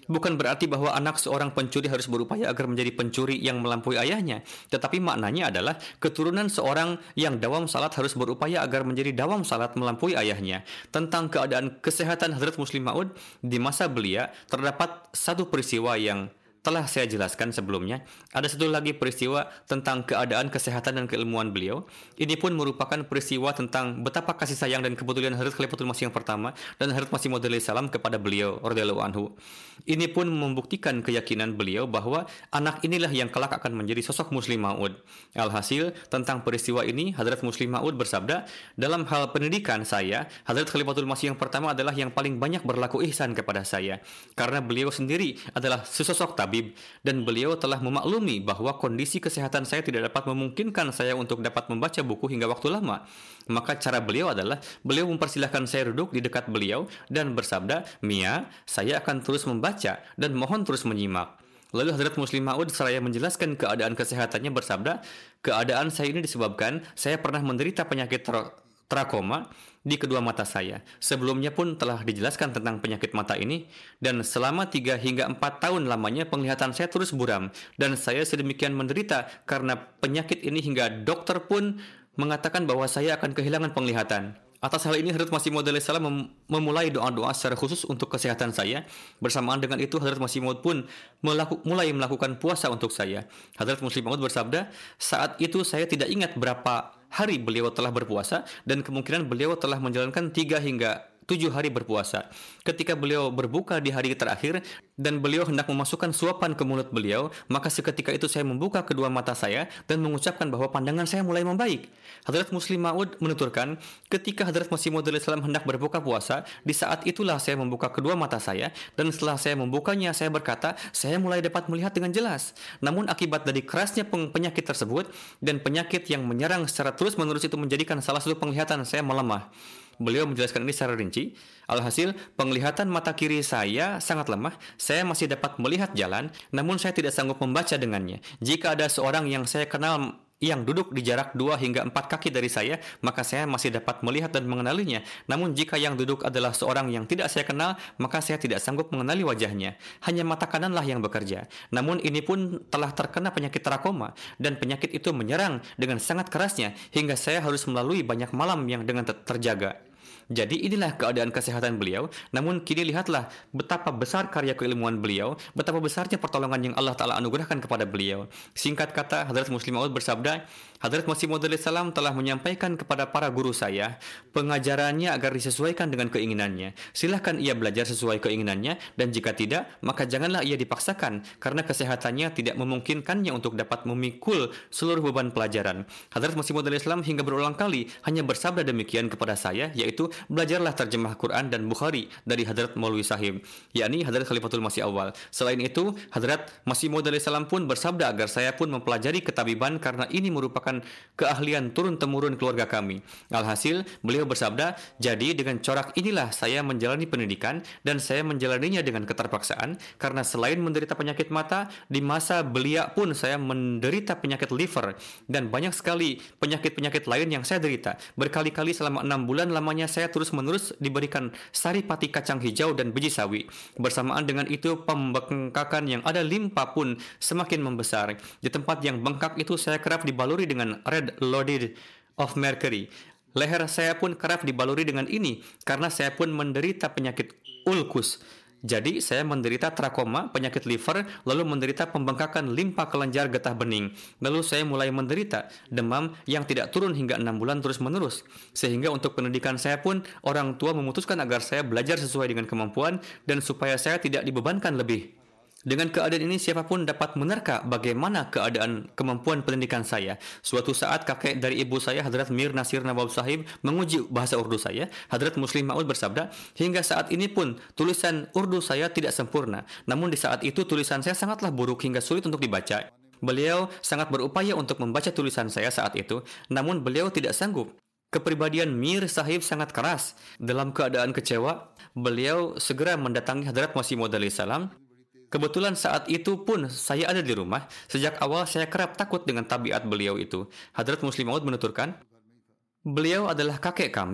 Bukan berarti bahwa anak seorang pencuri harus berupaya agar menjadi pencuri yang melampaui ayahnya, tetapi maknanya adalah keturunan seorang yang dawam salat harus berupaya agar menjadi dawam salat melampaui ayahnya. Tentang keadaan kesehatan Hadrat Muslim Maud di masa belia, terdapat satu peristiwa yang telah saya jelaskan sebelumnya. Ada satu lagi peristiwa tentang keadaan kesehatan dan keilmuan beliau. Ini pun merupakan peristiwa tentang betapa kasih sayang dan kepedulian Hadrat Khalifatul Masih yang pertama dan Hadrat Masih Maud salam kepada beliau radhiyallahu anhu. Ini pun membuktikan keyakinan beliau bahwa anak inilah yang kelak akan menjadi sosok Muslim Maud. Alhasil, tentang peristiwa ini Hadrat Muslim Maud bersabda, dalam hal pendidikan saya, Hadrat Khalifatul Masih yang pertama adalah yang paling banyak berlaku ihsan kepada saya, karena beliau sendiri adalah sesosok tabib dan beliau telah memaklumi bahwa kondisi kesehatan saya tidak dapat memungkinkan saya untuk dapat membaca buku hingga waktu lama. Maka cara beliau adalah beliau mempersilahkan saya duduk di dekat beliau dan bersabda, "Mia, saya akan terus membaca dan mohon terus menyimak." Lalu Hadrat Muslim Maud seraya menjelaskan keadaan kesehatannya bersabda, "Keadaan saya ini disebabkan saya pernah menderita penyakit trakoma di kedua mata saya. Sebelumnya pun telah dijelaskan tentang penyakit mata ini, dan selama 3 hingga 4 tahun lamanya penglihatan saya terus buram, dan saya sedemikian menderita karena penyakit ini hingga dokter pun mengatakan bahwa saya akan kehilangan penglihatan." Atas hal ini, Hadrat Masih Maud salam memulai doa-doa secara khusus untuk kesehatan saya. Bersamaan dengan itu, Hadrat Masih Maud pun mulai melakukan puasa untuk saya. Hadrat Muslim Maud bersabda, saat itu saya tidak ingat berapa hari beliau telah berpuasa, dan kemungkinan beliau telah menjalankan 3 hingga 7 hari berpuasa. Ketika beliau berbuka di hari terakhir dan beliau hendak memasukkan suapan ke mulut beliau, maka seketika itu saya membuka kedua mata saya dan mengucapkan bahwa pandangan saya mulai membaik. Hadrat Muslim Maud menuturkan, ketika Hadrat Masih Maud salam hendak berbuka puasa, di saat itulah saya membuka kedua mata saya, dan setelah saya membukanya, saya berkata, saya mulai dapat melihat dengan jelas. Namun akibat dari kerasnya penyakit tersebut dan penyakit yang menyerang secara terus-menerus itu menjadikan salah satu penglihatan saya melemah. Beliau menjelaskan ini secara rinci. Alhasil, penglihatan mata kiri saya sangat lemah. Saya masih dapat melihat jalan, namun saya tidak sanggup membaca dengannya. Jika ada seorang yang saya kenal yang duduk di jarak 2 hingga 4 kaki dari saya, maka saya masih dapat melihat dan mengenalinya. Namun jika yang duduk adalah seorang yang tidak saya kenal, maka saya tidak sanggup mengenali wajahnya. Hanya mata kananlah yang bekerja. Namun ini pun telah terkena penyakit trakoma, dan penyakit itu menyerang dengan sangat kerasnya, hingga saya harus melalui banyak malam yang dengan terjaga. Jadi inilah keadaan kesehatan beliau. Namun kini lihatlah betapa besar karya keilmuan beliau, betapa besarnya pertolongan yang Allah Ta'ala anugerahkan kepada beliau. Singkat kata, Hadrat Muslim Maud bersabda, Hadrat Masih Maud salam telah menyampaikan kepada para guru saya pengajarannya agar disesuaikan dengan keinginannya. Silahkan ia belajar sesuai keinginannya, dan jika tidak, maka janganlah ia dipaksakan, karena kesehatannya tidak memungkinkannya untuk dapat memikul seluruh beban pelajaran. Hadrat Masih Maud salam hingga berulang kali hanya bersabda demikian kepada saya, yaitu belajarlah terjemah Quran dan Bukhari dari Hadrat Maulwi Sahib, yakni Hadrat Khalifatul Masih Awal. Selain itu, Hadrat Masih Maud salam pun bersabda agar saya pun mempelajari ketabiban karena ini merupakan keahlian turun-temurun keluarga kami. Alhasil, beliau bersabda, jadi dengan corak inilah saya menjalani pendidikan, dan saya menjalaninya dengan keterpaksaan, karena selain menderita penyakit mata, di masa belia pun saya menderita penyakit liver, dan banyak sekali penyakit-penyakit lain yang saya derita. Berkali-kali selama 6 bulan lamanya saya terus-menerus diberikan sari pati kacang hijau dan biji sawi. Bersamaan dengan itu, pembengkakan yang ada limpa pun semakin membesar. Di tempat yang bengkak itu saya kerap dibaluri dengan red loaded of mercury. Leher saya pun kerap dibaluri dengan ini karena saya pun menderita penyakit ulkus. Jadi saya menderita trakoma, penyakit liver, lalu menderita pembengkakan limpa kelenjar getah bening. Lalu saya mulai menderita demam yang tidak turun hingga 6 bulan terus-menerus. Sehingga untuk pendidikan saya pun orang tua memutuskan agar saya belajar sesuai dengan kemampuan dan supaya saya tidak dibebankan lebih. Dengan keadaan ini, siapapun dapat menerka bagaimana keadaan kemampuan pendidikan saya. Suatu saat kakek dari ibu saya, Hadrat Mir Nasir Nawab Sahib, menguji bahasa Urdu saya. Hadrat Muslim Maud bersabda, hingga saat ini pun tulisan Urdu saya tidak sempurna. Namun di saat itu tulisan saya sangatlah buruk hingga sulit untuk dibaca. Beliau sangat berupaya untuk membaca tulisan saya saat itu, namun beliau tidak sanggup. Kepribadian Mir Sahib sangat keras. Dalam keadaan kecewa, beliau segera mendatangi Hadrat Masih Maud salam. Kebetulan saat itu pun saya ada di rumah. Sejak awal saya kerap takut dengan tabiat beliau itu. Hadrat Muslim Maud menuturkan, beliau adalah kakek kami.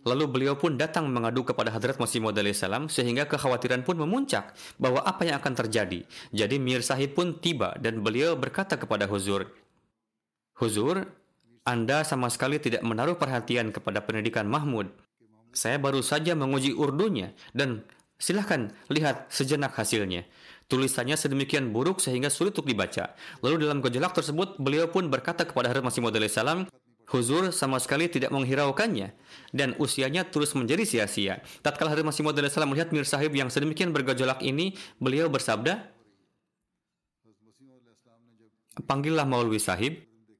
Lalu beliau pun datang mengadu kepada Hadrat Masih Maud salam sehingga kekhawatiran pun memuncak bahwa apa yang akan terjadi. Jadi Mir Sahib pun tiba dan beliau berkata kepada Huzur, "Huzur, Anda sama sekali tidak menaruh perhatian kepada pendidikan Mahmud. Saya baru saja menguji urdunya dan silahkan lihat sejenak hasilnya. Tulisannya sedemikian buruk sehingga sulit untuk dibaca." Lalu dalam gejolak tersebut beliau pun berkata kepada Hadrat Masih Maud salam, "Huzur sama sekali tidak menghiraukannya dan usianya terus menjadi sia-sia." Tatkala Hadrat Masih Maud salam melihat Mir Sahib yang sedemikian bergejolak ini, beliau bersabda, "Panggillah Maulwi Sahib."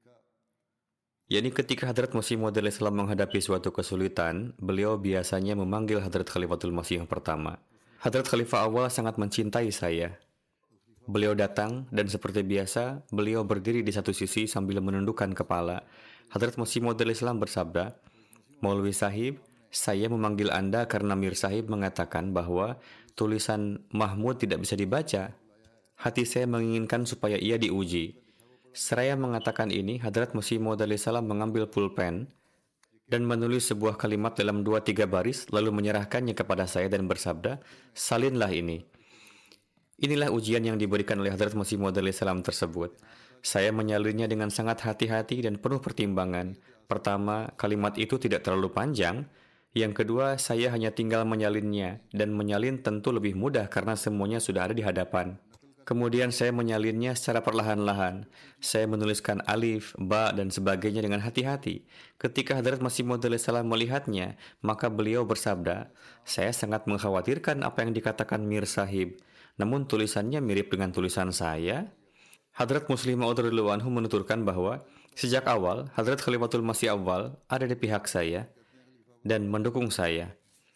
Yani ketika Hadrat Masih Maud salam menghadapi suatu kesulitan, beliau biasanya memanggil Hadrat Khalifatul Masih yang pertama. Hadrat Khalifah awal sangat mencintai saya. Beliau datang dan seperti biasa, beliau berdiri di satu sisi sambil menundukkan kepala. Hadrat Masih Maud salam bersabda, "Maulwi Sahib, saya memanggil Anda karena Mir Sahib mengatakan bahwa tulisan Mahmud tidak bisa dibaca. Hati saya menginginkan supaya ia diuji." Seraya mengatakan ini, Hadrat Masih Maud salam mengambil pulpen dan menulis sebuah kalimat dalam 2-3 baris, lalu menyerahkannya kepada saya dan bersabda, "Salinlah ini." Inilah ujian yang diberikan oleh Hadrat Masih Maud salam tersebut. Saya menyalinnya dengan sangat hati-hati dan penuh pertimbangan. Pertama, kalimat itu tidak terlalu panjang. Yang kedua, saya hanya tinggal menyalinnya, dan menyalin tentu lebih mudah karena semuanya sudah ada di hadapan. Kemudian saya menyalinnya secara perlahan-lahan. Saya menuliskan alif, ba, dan sebagainya dengan hati-hati. Ketika Hadrat Masih Maud salam melihatnya, maka beliau bersabda, "Saya sangat mengkhawatirkan apa yang dikatakan Mir Sahib. Namun tulisannya mirip dengan tulisan saya." Hadrat Muslim Maud radhiyallahu anhu menuturkan bahwa sejak awal Hadrat Khalifatul Masih awal ada di pihak saya dan mendukung saya.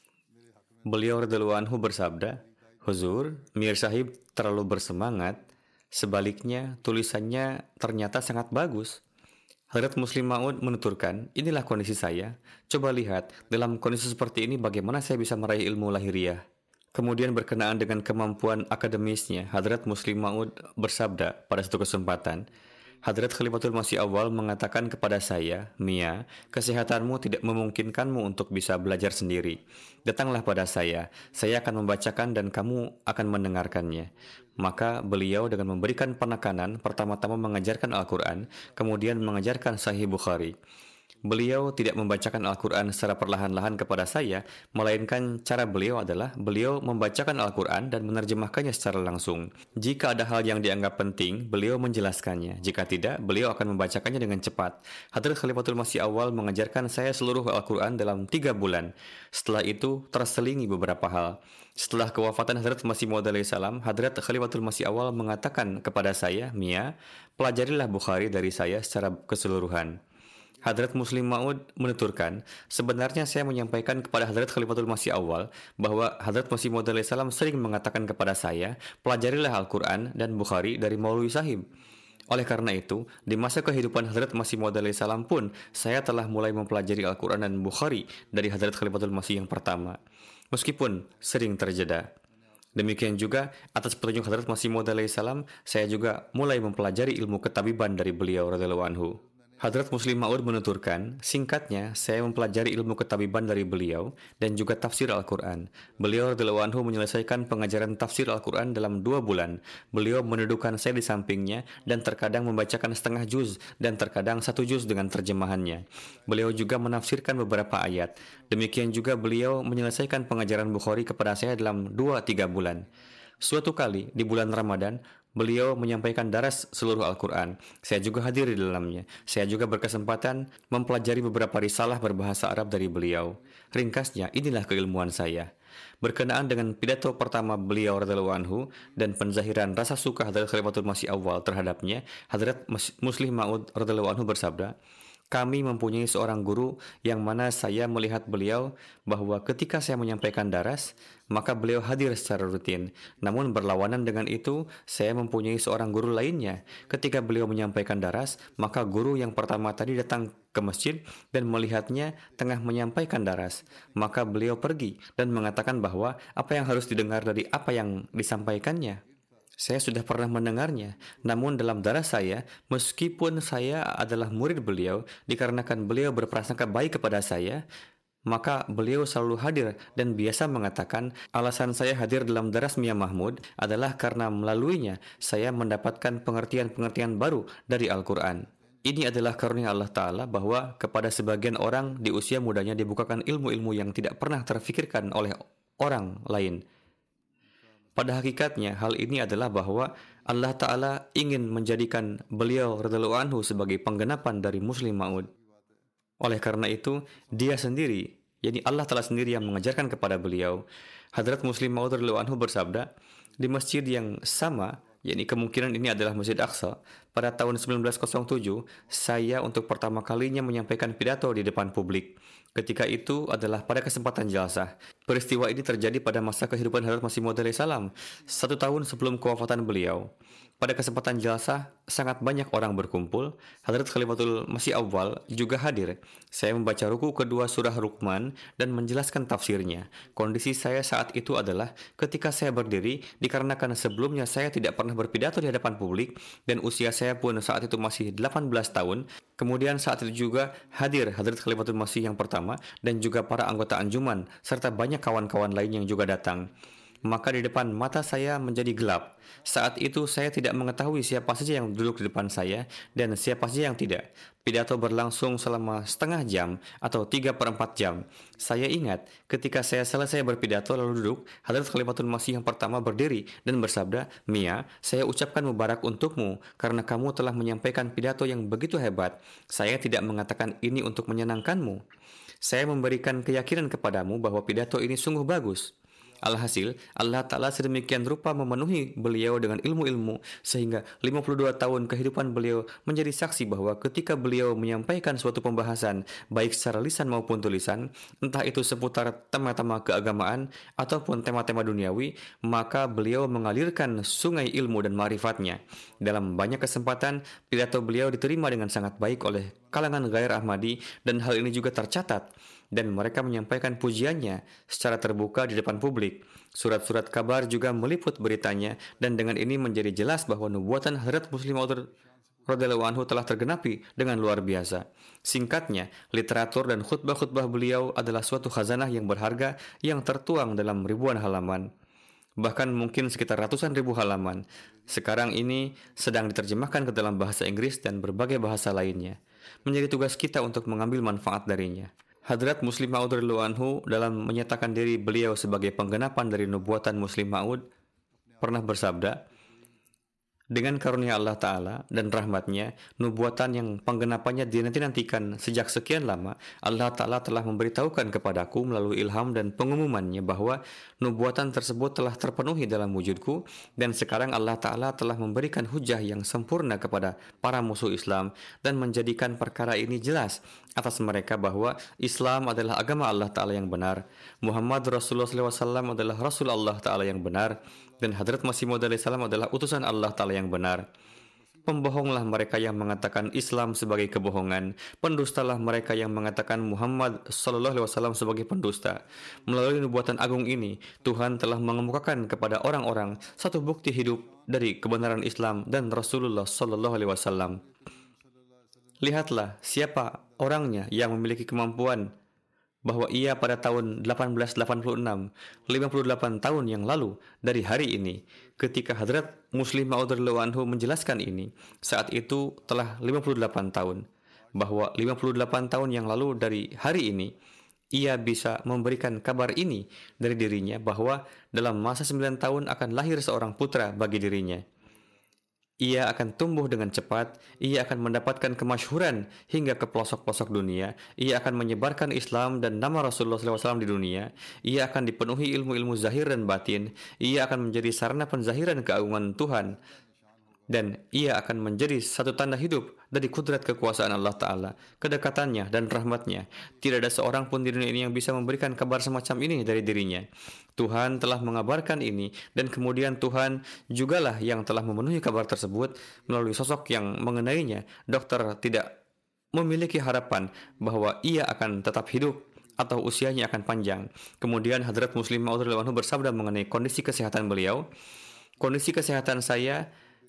Beliau radhiyallahu anhu bersabda, "Huzur, Mir Sahib terlalu bersemangat. Sebaliknya, tulisannya ternyata sangat bagus." Hadrat Muslim Maud menuturkan, "Inilah kondisi saya. Coba lihat, dalam kondisi seperti ini bagaimana saya bisa meraih ilmu lahiriah." Kemudian berkenaan dengan kemampuan akademisnya, Hadrat Muslim Maud bersabda pada satu kesempatan, "Hadrat Khalifatul Masih awal mengatakan kepada saya, 'Mia, kesehatanmu tidak memungkinkanmu untuk bisa belajar sendiri. Datanglah pada saya akan membacakan dan kamu akan mendengarkannya.' Maka beliau dengan memberikan penekanan pertama-tama mengajarkan Al-Quran, kemudian mengajarkan Sahih Bukhari. Beliau tidak membacakan Al-Quran secara perlahan-lahan kepada saya, melainkan cara beliau adalah beliau membacakan Al-Quran dan menerjemahkannya secara langsung. Jika ada hal yang dianggap penting, beliau menjelaskannya. Jika tidak, beliau akan membacakannya dengan cepat. Hadrat Khalifatul Masih awal mengajarkan saya seluruh Al-Quran dalam 3 bulan. Setelah itu, terselingi beberapa hal. Setelah kewafatan Hadrat Masih Maud salam, Hadrat Khalifatul Masih awal mengatakan kepada saya, 'Mia, pelajarilah Bukhari dari saya secara keseluruhan.' Hadrat Muslim Maud menuturkan, sebenarnya saya menyampaikan kepada Hadrat Khalifatul Masih awal bahwa Hadrat Masih Maud salam sering mengatakan kepada saya, pelajarilah Al-Quran dan Bukhari dari Maulwi Sahib. Oleh karena itu, di masa kehidupan Hadrat Masih Maud salam pun, saya telah mulai mempelajari Al-Quran dan Bukhari dari Hadrat Khalifatul Masih yang pertama, meskipun sering terjeda. Demikian juga, atas petunjuk Hadrat Masih Maud salam, saya juga mulai mempelajari ilmu ketabiban dari beliau radhiyallahu anhu. Hadrat Muslim Maud menuturkan, singkatnya, saya mempelajari ilmu ketabiban dari beliau dan juga tafsir Al-Quran. Beliau radhiyallahu anhu menyelesaikan pengajaran tafsir Al-Quran dalam 2 bulan. Beliau mendudukan saya di sampingnya dan terkadang membacakan setengah juz dan terkadang 1 juz dengan terjemahannya. Beliau juga menafsirkan beberapa ayat. Demikian juga beliau menyelesaikan pengajaran Bukhari kepada saya dalam 2-3 bulan. Suatu kali di bulan Ramadan, beliau menyampaikan daras seluruh Al-Quran. Saya juga hadir di dalamnya. Saya juga berkesempatan mempelajari beberapa risalah berbahasa Arab dari beliau. Ringkasnya, inilah keilmuan saya. Berkenaan dengan pidato pertama beliau radhiyallahu anhu dan penzahiran rasa suka Hadrat Khalifatul Masih awal terhadapnya, Hadrat Muslim Maud radhiyallahu anhu bersabda, "Kami mempunyai seorang guru yang mana saya melihat beliau bahwa ketika saya menyampaikan daras, maka beliau hadir secara rutin. Namun berlawanan dengan itu, saya mempunyai seorang guru lainnya. Ketika beliau menyampaikan daras, maka guru yang pertama tadi datang ke masjid dan melihatnya tengah menyampaikan daras. Maka beliau pergi dan mengatakan bahwa apa yang harus didengar dari apa yang disampaikannya. Saya sudah pernah mendengarnya, namun dalam daras saya, meskipun saya adalah murid beliau, dikarenakan beliau berprasangka baik kepada saya, maka beliau selalu hadir dan biasa mengatakan, alasan saya hadir dalam daras Mia Mahmud adalah karena melaluinya saya mendapatkan pengertian-pengertian baru dari Al-Quran. Ini adalah karunia Allah Ta'ala bahwa kepada sebagian orang di usia mudanya dibukakan ilmu-ilmu yang tidak pernah terfikirkan oleh orang lain. Pada hakikatnya, hal ini adalah bahwa Allah Ta'ala ingin menjadikan beliau radhiyallahu anhu sebagai penggenapan dari Muslim Ma'ud. Oleh karena itu, dia sendiri, yakni Allah Ta'ala sendiri yang mengajarkan kepada beliau. Hadrat Muslim Ma'ud radhiyallahu anhu bersabda, di masjid yang sama, yakni kemungkinan ini adalah Masjid Aqsa, pada tahun 1907, saya untuk pertama kalinya menyampaikan pidato di depan publik. Ketika itu adalah pada kesempatan jalsah. Peristiwa ini terjadi pada masa kehidupan Hadrat Masih Maud alaihi salam, 1 tahun sebelum kewafatan beliau. Pada kesempatan jalsah, sangat banyak orang berkumpul. Hadrat Khalifatul Masih Awal juga hadir. Saya membaca ruku kedua surah Luqman dan menjelaskan tafsirnya. Kondisi saya saat itu adalah ketika saya berdiri, dikarenakan sebelumnya saya tidak pernah berpidato di hadapan publik dan usia saya pun saat itu masih 18 tahun. Kemudian saat itu juga hadir Hadrat Khalifatul Masih yang pertama dan juga para anggota anjuman serta banyak kawan-kawan lain yang juga datang. Maka di depan mata saya menjadi gelap. Saat itu saya tidak mengetahui siapa saja yang duduk di depan saya dan siapa saja yang tidak. Pidato berlangsung selama setengah jam atau 3/4 jam. Saya ingat ketika saya selesai berpidato lalu duduk, Hadrat Khalifatul Masih yang pertama berdiri dan bersabda, Mia, saya ucapkan mubarak untukmu karena kamu telah menyampaikan pidato yang begitu hebat. Saya tidak mengatakan ini untuk menyenangkanmu. Saya memberikan keyakinan kepadamu bahwa pidato ini sungguh bagus. Alhasil, Allah Ta'ala sedemikian rupa memenuhi beliau dengan ilmu-ilmu sehingga 52 tahun kehidupan beliau menjadi saksi bahwa ketika beliau menyampaikan suatu pembahasan baik secara lisan maupun tulisan, entah itu seputar tema-tema keagamaan ataupun tema-tema duniawi, maka beliau mengalirkan sungai ilmu dan ma'rifatnya. Dalam banyak kesempatan, pidato beliau diterima dengan sangat baik oleh kalangan Ghair Ahmadi dan hal ini juga tercatat. Dan mereka menyampaikan pujiannya secara terbuka di depan publik. Surat-surat kabar juga meliput beritanya dan dengan ini menjadi jelas bahwa nubuatan Hadrat Muslim Maud radhiyallahu anhu telah tergenapi dengan luar biasa. Singkatnya, literatur dan khutbah-khutbah beliau adalah suatu khazanah yang berharga yang tertuang dalam ribuan halaman. Bahkan mungkin sekitar ratusan ribu halaman. Sekarang ini sedang diterjemahkan ke dalam bahasa Inggris dan berbagai bahasa lainnya. Menjadi tugas kita untuk mengambil manfaat darinya. Hadrat Muslim Ma'ud radhiyallahu anhu dalam menyatakan diri beliau sebagai penggenapan dari nubuatan Muslim Ma'ud pernah bersabda, dengan karunia Allah Ta'ala dan rahmatnya, nubuatan yang penggenapannya dinanti-nantikan sejak sekian lama, Allah Ta'ala telah memberitahukan kepadaku melalui ilham dan pengumumannya bahwa nubuatan tersebut telah terpenuhi dalam wujudku dan sekarang Allah Ta'ala telah memberikan hujah yang sempurna kepada para musuh Islam dan menjadikan perkara ini jelas atas mereka bahwa Islam adalah agama Allah Ta'ala yang benar, Muhammad Rasulullah SAW adalah Rasul Allah Ta'ala yang benar, dan Hadrat Masih Maud alaihi salam adalah utusan Allah Ta'ala yang benar. Pembohonglah mereka yang mengatakan Islam sebagai kebohongan. Pendustalah mereka yang mengatakan Muhammad sallallahu alaihi wasallam sebagai pendusta. Melalui nubuatan agung ini, Tuhan telah mengemukakan kepada orang-orang satu bukti hidup dari kebenaran Islam dan Rasulullah sallallahu alaihi wasallam. Lihatlah siapa orangnya yang memiliki kemampuan bahwa ia pada tahun 1886, 58 tahun yang lalu dari hari ini, ketika Hadrat Muslim Ma'ud radhiyallahu anhu menjelaskan ini, saat itu telah 58 tahun, bahwa 58 tahun yang lalu dari hari ini, ia bisa memberikan kabar ini dari dirinya bahwa dalam masa 9 tahun akan lahir seorang putra bagi dirinya. Ia akan tumbuh dengan cepat, ia akan mendapatkan kemasyhuran hingga ke pelosok-pelosok dunia, ia akan menyebarkan Islam dan nama Rasulullah SAW di dunia, ia akan dipenuhi ilmu-ilmu zahir dan batin, ia akan menjadi sarana penzahiran keagungan Tuhan, dan ia akan menjadi satu tanda hidup dari kudrat kekuasaan Allah Ta'ala, kedekatannya dan rahmatnya. Tidak ada seorang pun di dunia ini yang bisa memberikan kabar semacam ini dari dirinya. Tuhan telah mengabarkan ini dan kemudian Tuhan jugalah yang telah memenuhi kabar tersebut melalui sosok yang mengenainya. Dokter tidak memiliki harapan bahwa ia akan tetap hidup atau usianya akan panjang. Kemudian Hadrat Muslim Ma'ud radhiyallahu anhu bersabda mengenai kondisi kesehatan beliau. Kondisi kesehatan saya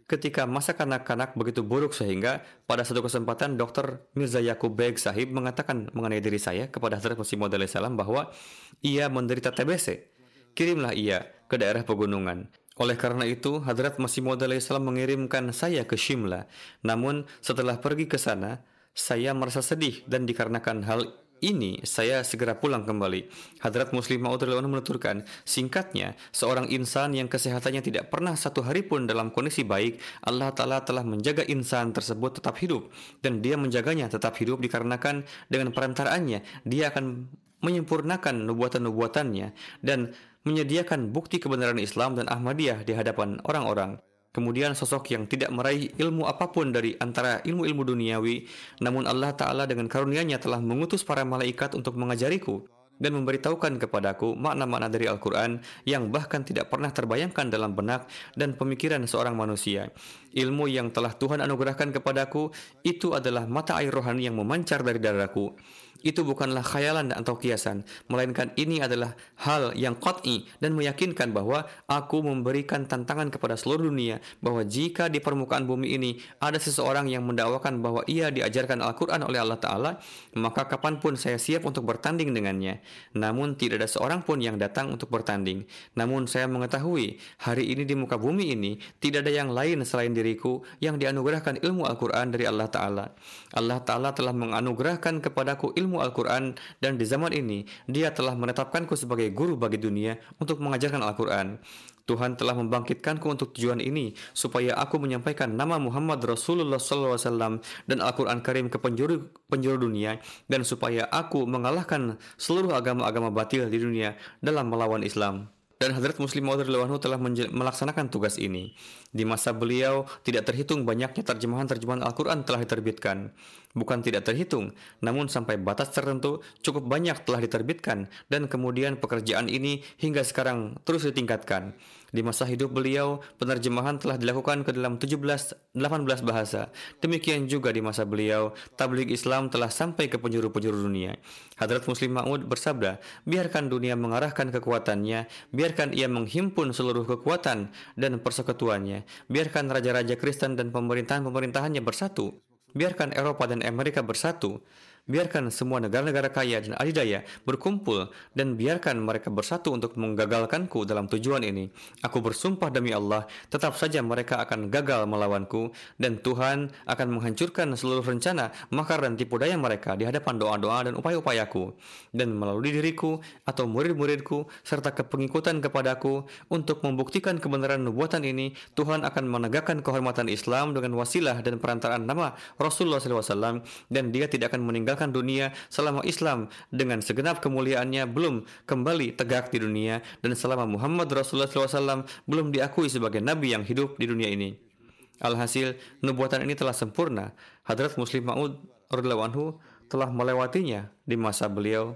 ketika masa kanak-kanak begitu buruk sehingga pada satu kesempatan Dr. Mirza Yaqub Beg Sahib mengatakan mengenai diri saya kepada Hazrat Masih Maud salam bahwa ia menderita TBC. Kirimlah ia ke daerah pegunungan. Oleh karena itu, Hazrat Masih Maud salam mengirimkan saya ke Shimla. Namun setelah pergi ke sana, saya merasa sedih dan dikarenakan hal ini saya segera pulang kembali. Hadrat Muslim Maud menuturkan, singkatnya, seorang insan yang kesehatannya tidak pernah satu hari pun dalam kondisi baik, Allah Ta'ala telah menjaga insan tersebut tetap hidup, dan dia menjaganya tetap hidup dikarenakan dengan perantaraannya, dia akan menyempurnakan nubuatan-nubuatannya dan menyediakan bukti kebenaran Islam dan Ahmadiyah di hadapan orang-orang. Kemudian sosok yang tidak meraih ilmu apapun dari antara ilmu-ilmu duniawi, namun Allah Ta'ala dengan karunia-Nya telah mengutus para malaikat untuk mengajariku dan memberitahukan kepadaku makna-makna dari Al-Quran yang bahkan tidak pernah terbayangkan dalam benak dan pemikiran seorang manusia. Ilmu yang telah Tuhan anugerahkan kepadaku itu adalah mata air rohani yang memancar dari dadaku. Itu bukanlah khayalan atau kiasan, melainkan ini adalah hal yang qat'i dan meyakinkan bahwa aku memberikan tantangan kepada seluruh dunia bahwa jika di permukaan bumi ini ada seseorang yang mendakwakan bahwa ia diajarkan Al-Quran oleh Allah Ta'ala, maka kapanpun saya siap untuk bertanding dengannya. Namun tidak ada seorang pun yang datang untuk bertanding. Namun saya mengetahui hari ini di muka bumi ini tidak ada yang lain selain diriku yang dianugerahkan ilmu Al-Quran dari Allah Ta'ala. Allah Ta'ala telah menganugerahkan kepadaku ilmu Al-Quran dan di zaman ini dia telah menetapkanku sebagai guru bagi dunia untuk mengajarkan Al-Quran. Tuhan telah membangkitkanku untuk tujuan ini supaya aku menyampaikan nama Muhammad Rasulullah SAW dan Al-Quran Karim ke penjuru dunia dan supaya aku mengalahkan seluruh agama-agama batil di dunia dalam melawan Islam. Dan Hadrat Muslim Maud telah melaksanakan tugas ini. Di masa beliau, tidak terhitung banyaknya terjemahan-terjemahan Al-Quran telah diterbitkan. Bukan tidak terhitung, namun sampai batas tertentu cukup banyak telah diterbitkan dan kemudian pekerjaan ini hingga sekarang terus ditingkatkan. Di masa hidup beliau, penerjemahan telah dilakukan ke dalam 17-18 bahasa. Demikian juga di masa beliau, tabligh Islam telah sampai ke penjuru-penjuru dunia. Hadrat Muslim Maud bersabda, biarkan dunia mengarahkan kekuatannya, biarkan ia menghimpun seluruh kekuatan dan persekutuannya, biarkan raja-raja Kristen dan pemerintahan-pemerintahannya bersatu, biarkan Eropa dan Amerika bersatu, biarkan semua negara-negara kaya dan adidaya berkumpul dan biarkan mereka bersatu untuk menggagalkanku dalam tujuan ini. Aku bersumpah demi Allah, tetap saja mereka akan gagal melawanku dan Tuhan akan menghancurkan seluruh rencana, makar dan tipu daya mereka di hadapan doa-doa dan upaya-upayaku. Dan melalui diriku atau murid-muridku serta kepengikutan kepadaku untuk membuktikan kebenaran nubuatan ini, Tuhan akan menegakkan kehormatan Islam dengan wasilah dan perantaraan nama Rasulullah SAW dan dia tidak akan meninggalkan dunia selama Islam dengan segenap kemuliaannya belum kembali tegak di dunia dan selama Muhammad Rasulullah SAW belum diakui sebagai Nabi yang hidup di dunia ini. Alhasil, nubuatan ini telah sempurna. Hadrat Muslim Maud radhiyallahu anhu telah melewatinya di masa beliau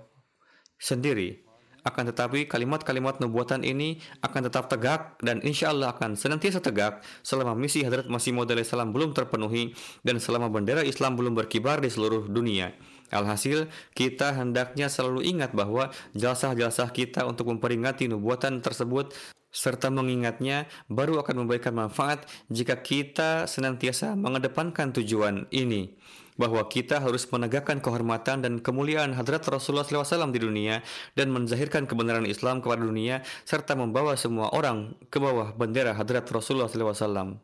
sendiri. Akan tetapi kalimat-kalimat nubuatan ini akan tetap tegak dan insya Allah akan senantiasa tegak selama misi Hadrat Masih Maud salam belum terpenuhi dan selama bendera Islam belum berkibar di seluruh dunia. Alhasil, kita hendaknya selalu ingat bahwa jelasah-jelasah kita untuk memperingati nubuatan tersebut serta mengingatnya baru akan memberikan manfaat jika kita senantiasa mengedepankan tujuan ini, bahwa kita harus menegakkan kehormatan dan kemuliaan Hadrat Rasulullah SAW di dunia dan menzahirkan kebenaran Islam kepada dunia serta membawa semua orang ke bawah bendera Hadrat Rasulullah SAW.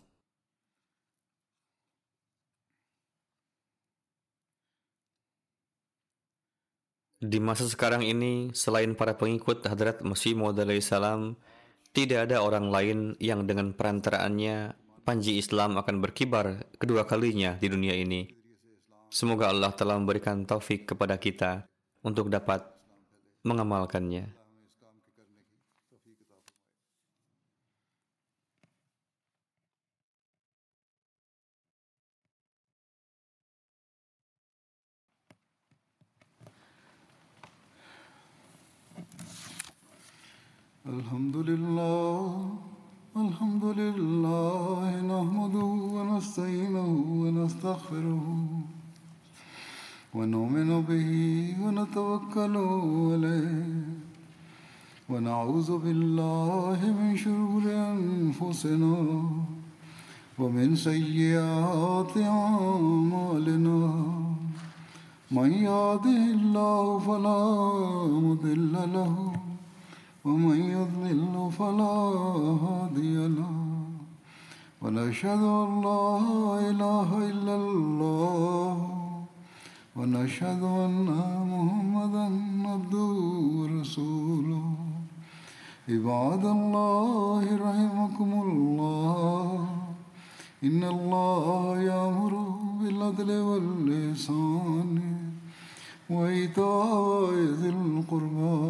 Di masa sekarang ini, selain para pengikut Hadrat Masih Maud salam, tidak ada orang lain yang dengan perantaraannya panji Islam akan berkibar kedua kalinya di dunia ini. Semoga Allah telah memberikan taufik kepada kita untuk dapat mengamalkannya. Alhamdulillah, alhamdulillah, nahmaduhu wa nasta'inuhu wa nastaghfiruh. ونؤمن به ونتوكل عليه ونعوذ بالله من شرور أنفسنا ومن سيئات أعمالنا من يهده الله فلا مضل له ومن يضلل فلا هادي له ونشهد أن لا إله إلا الله ونشهد أن محمدا عبده ورسوله عباد الله رحمكم الله إن الله يأمر بالعدل والإحسان وإيتاء ذي القربى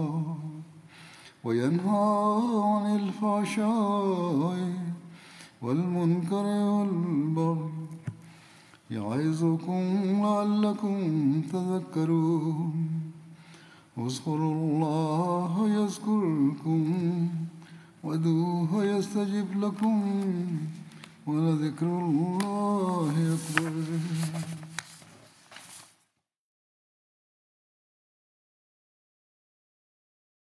وينهى عن الفحشاء والمنكر والبغي يعظكم لعلكم تذكرون اذكروا الله يذكركم وادعوه يستجب لكم ولذكر الله أكبر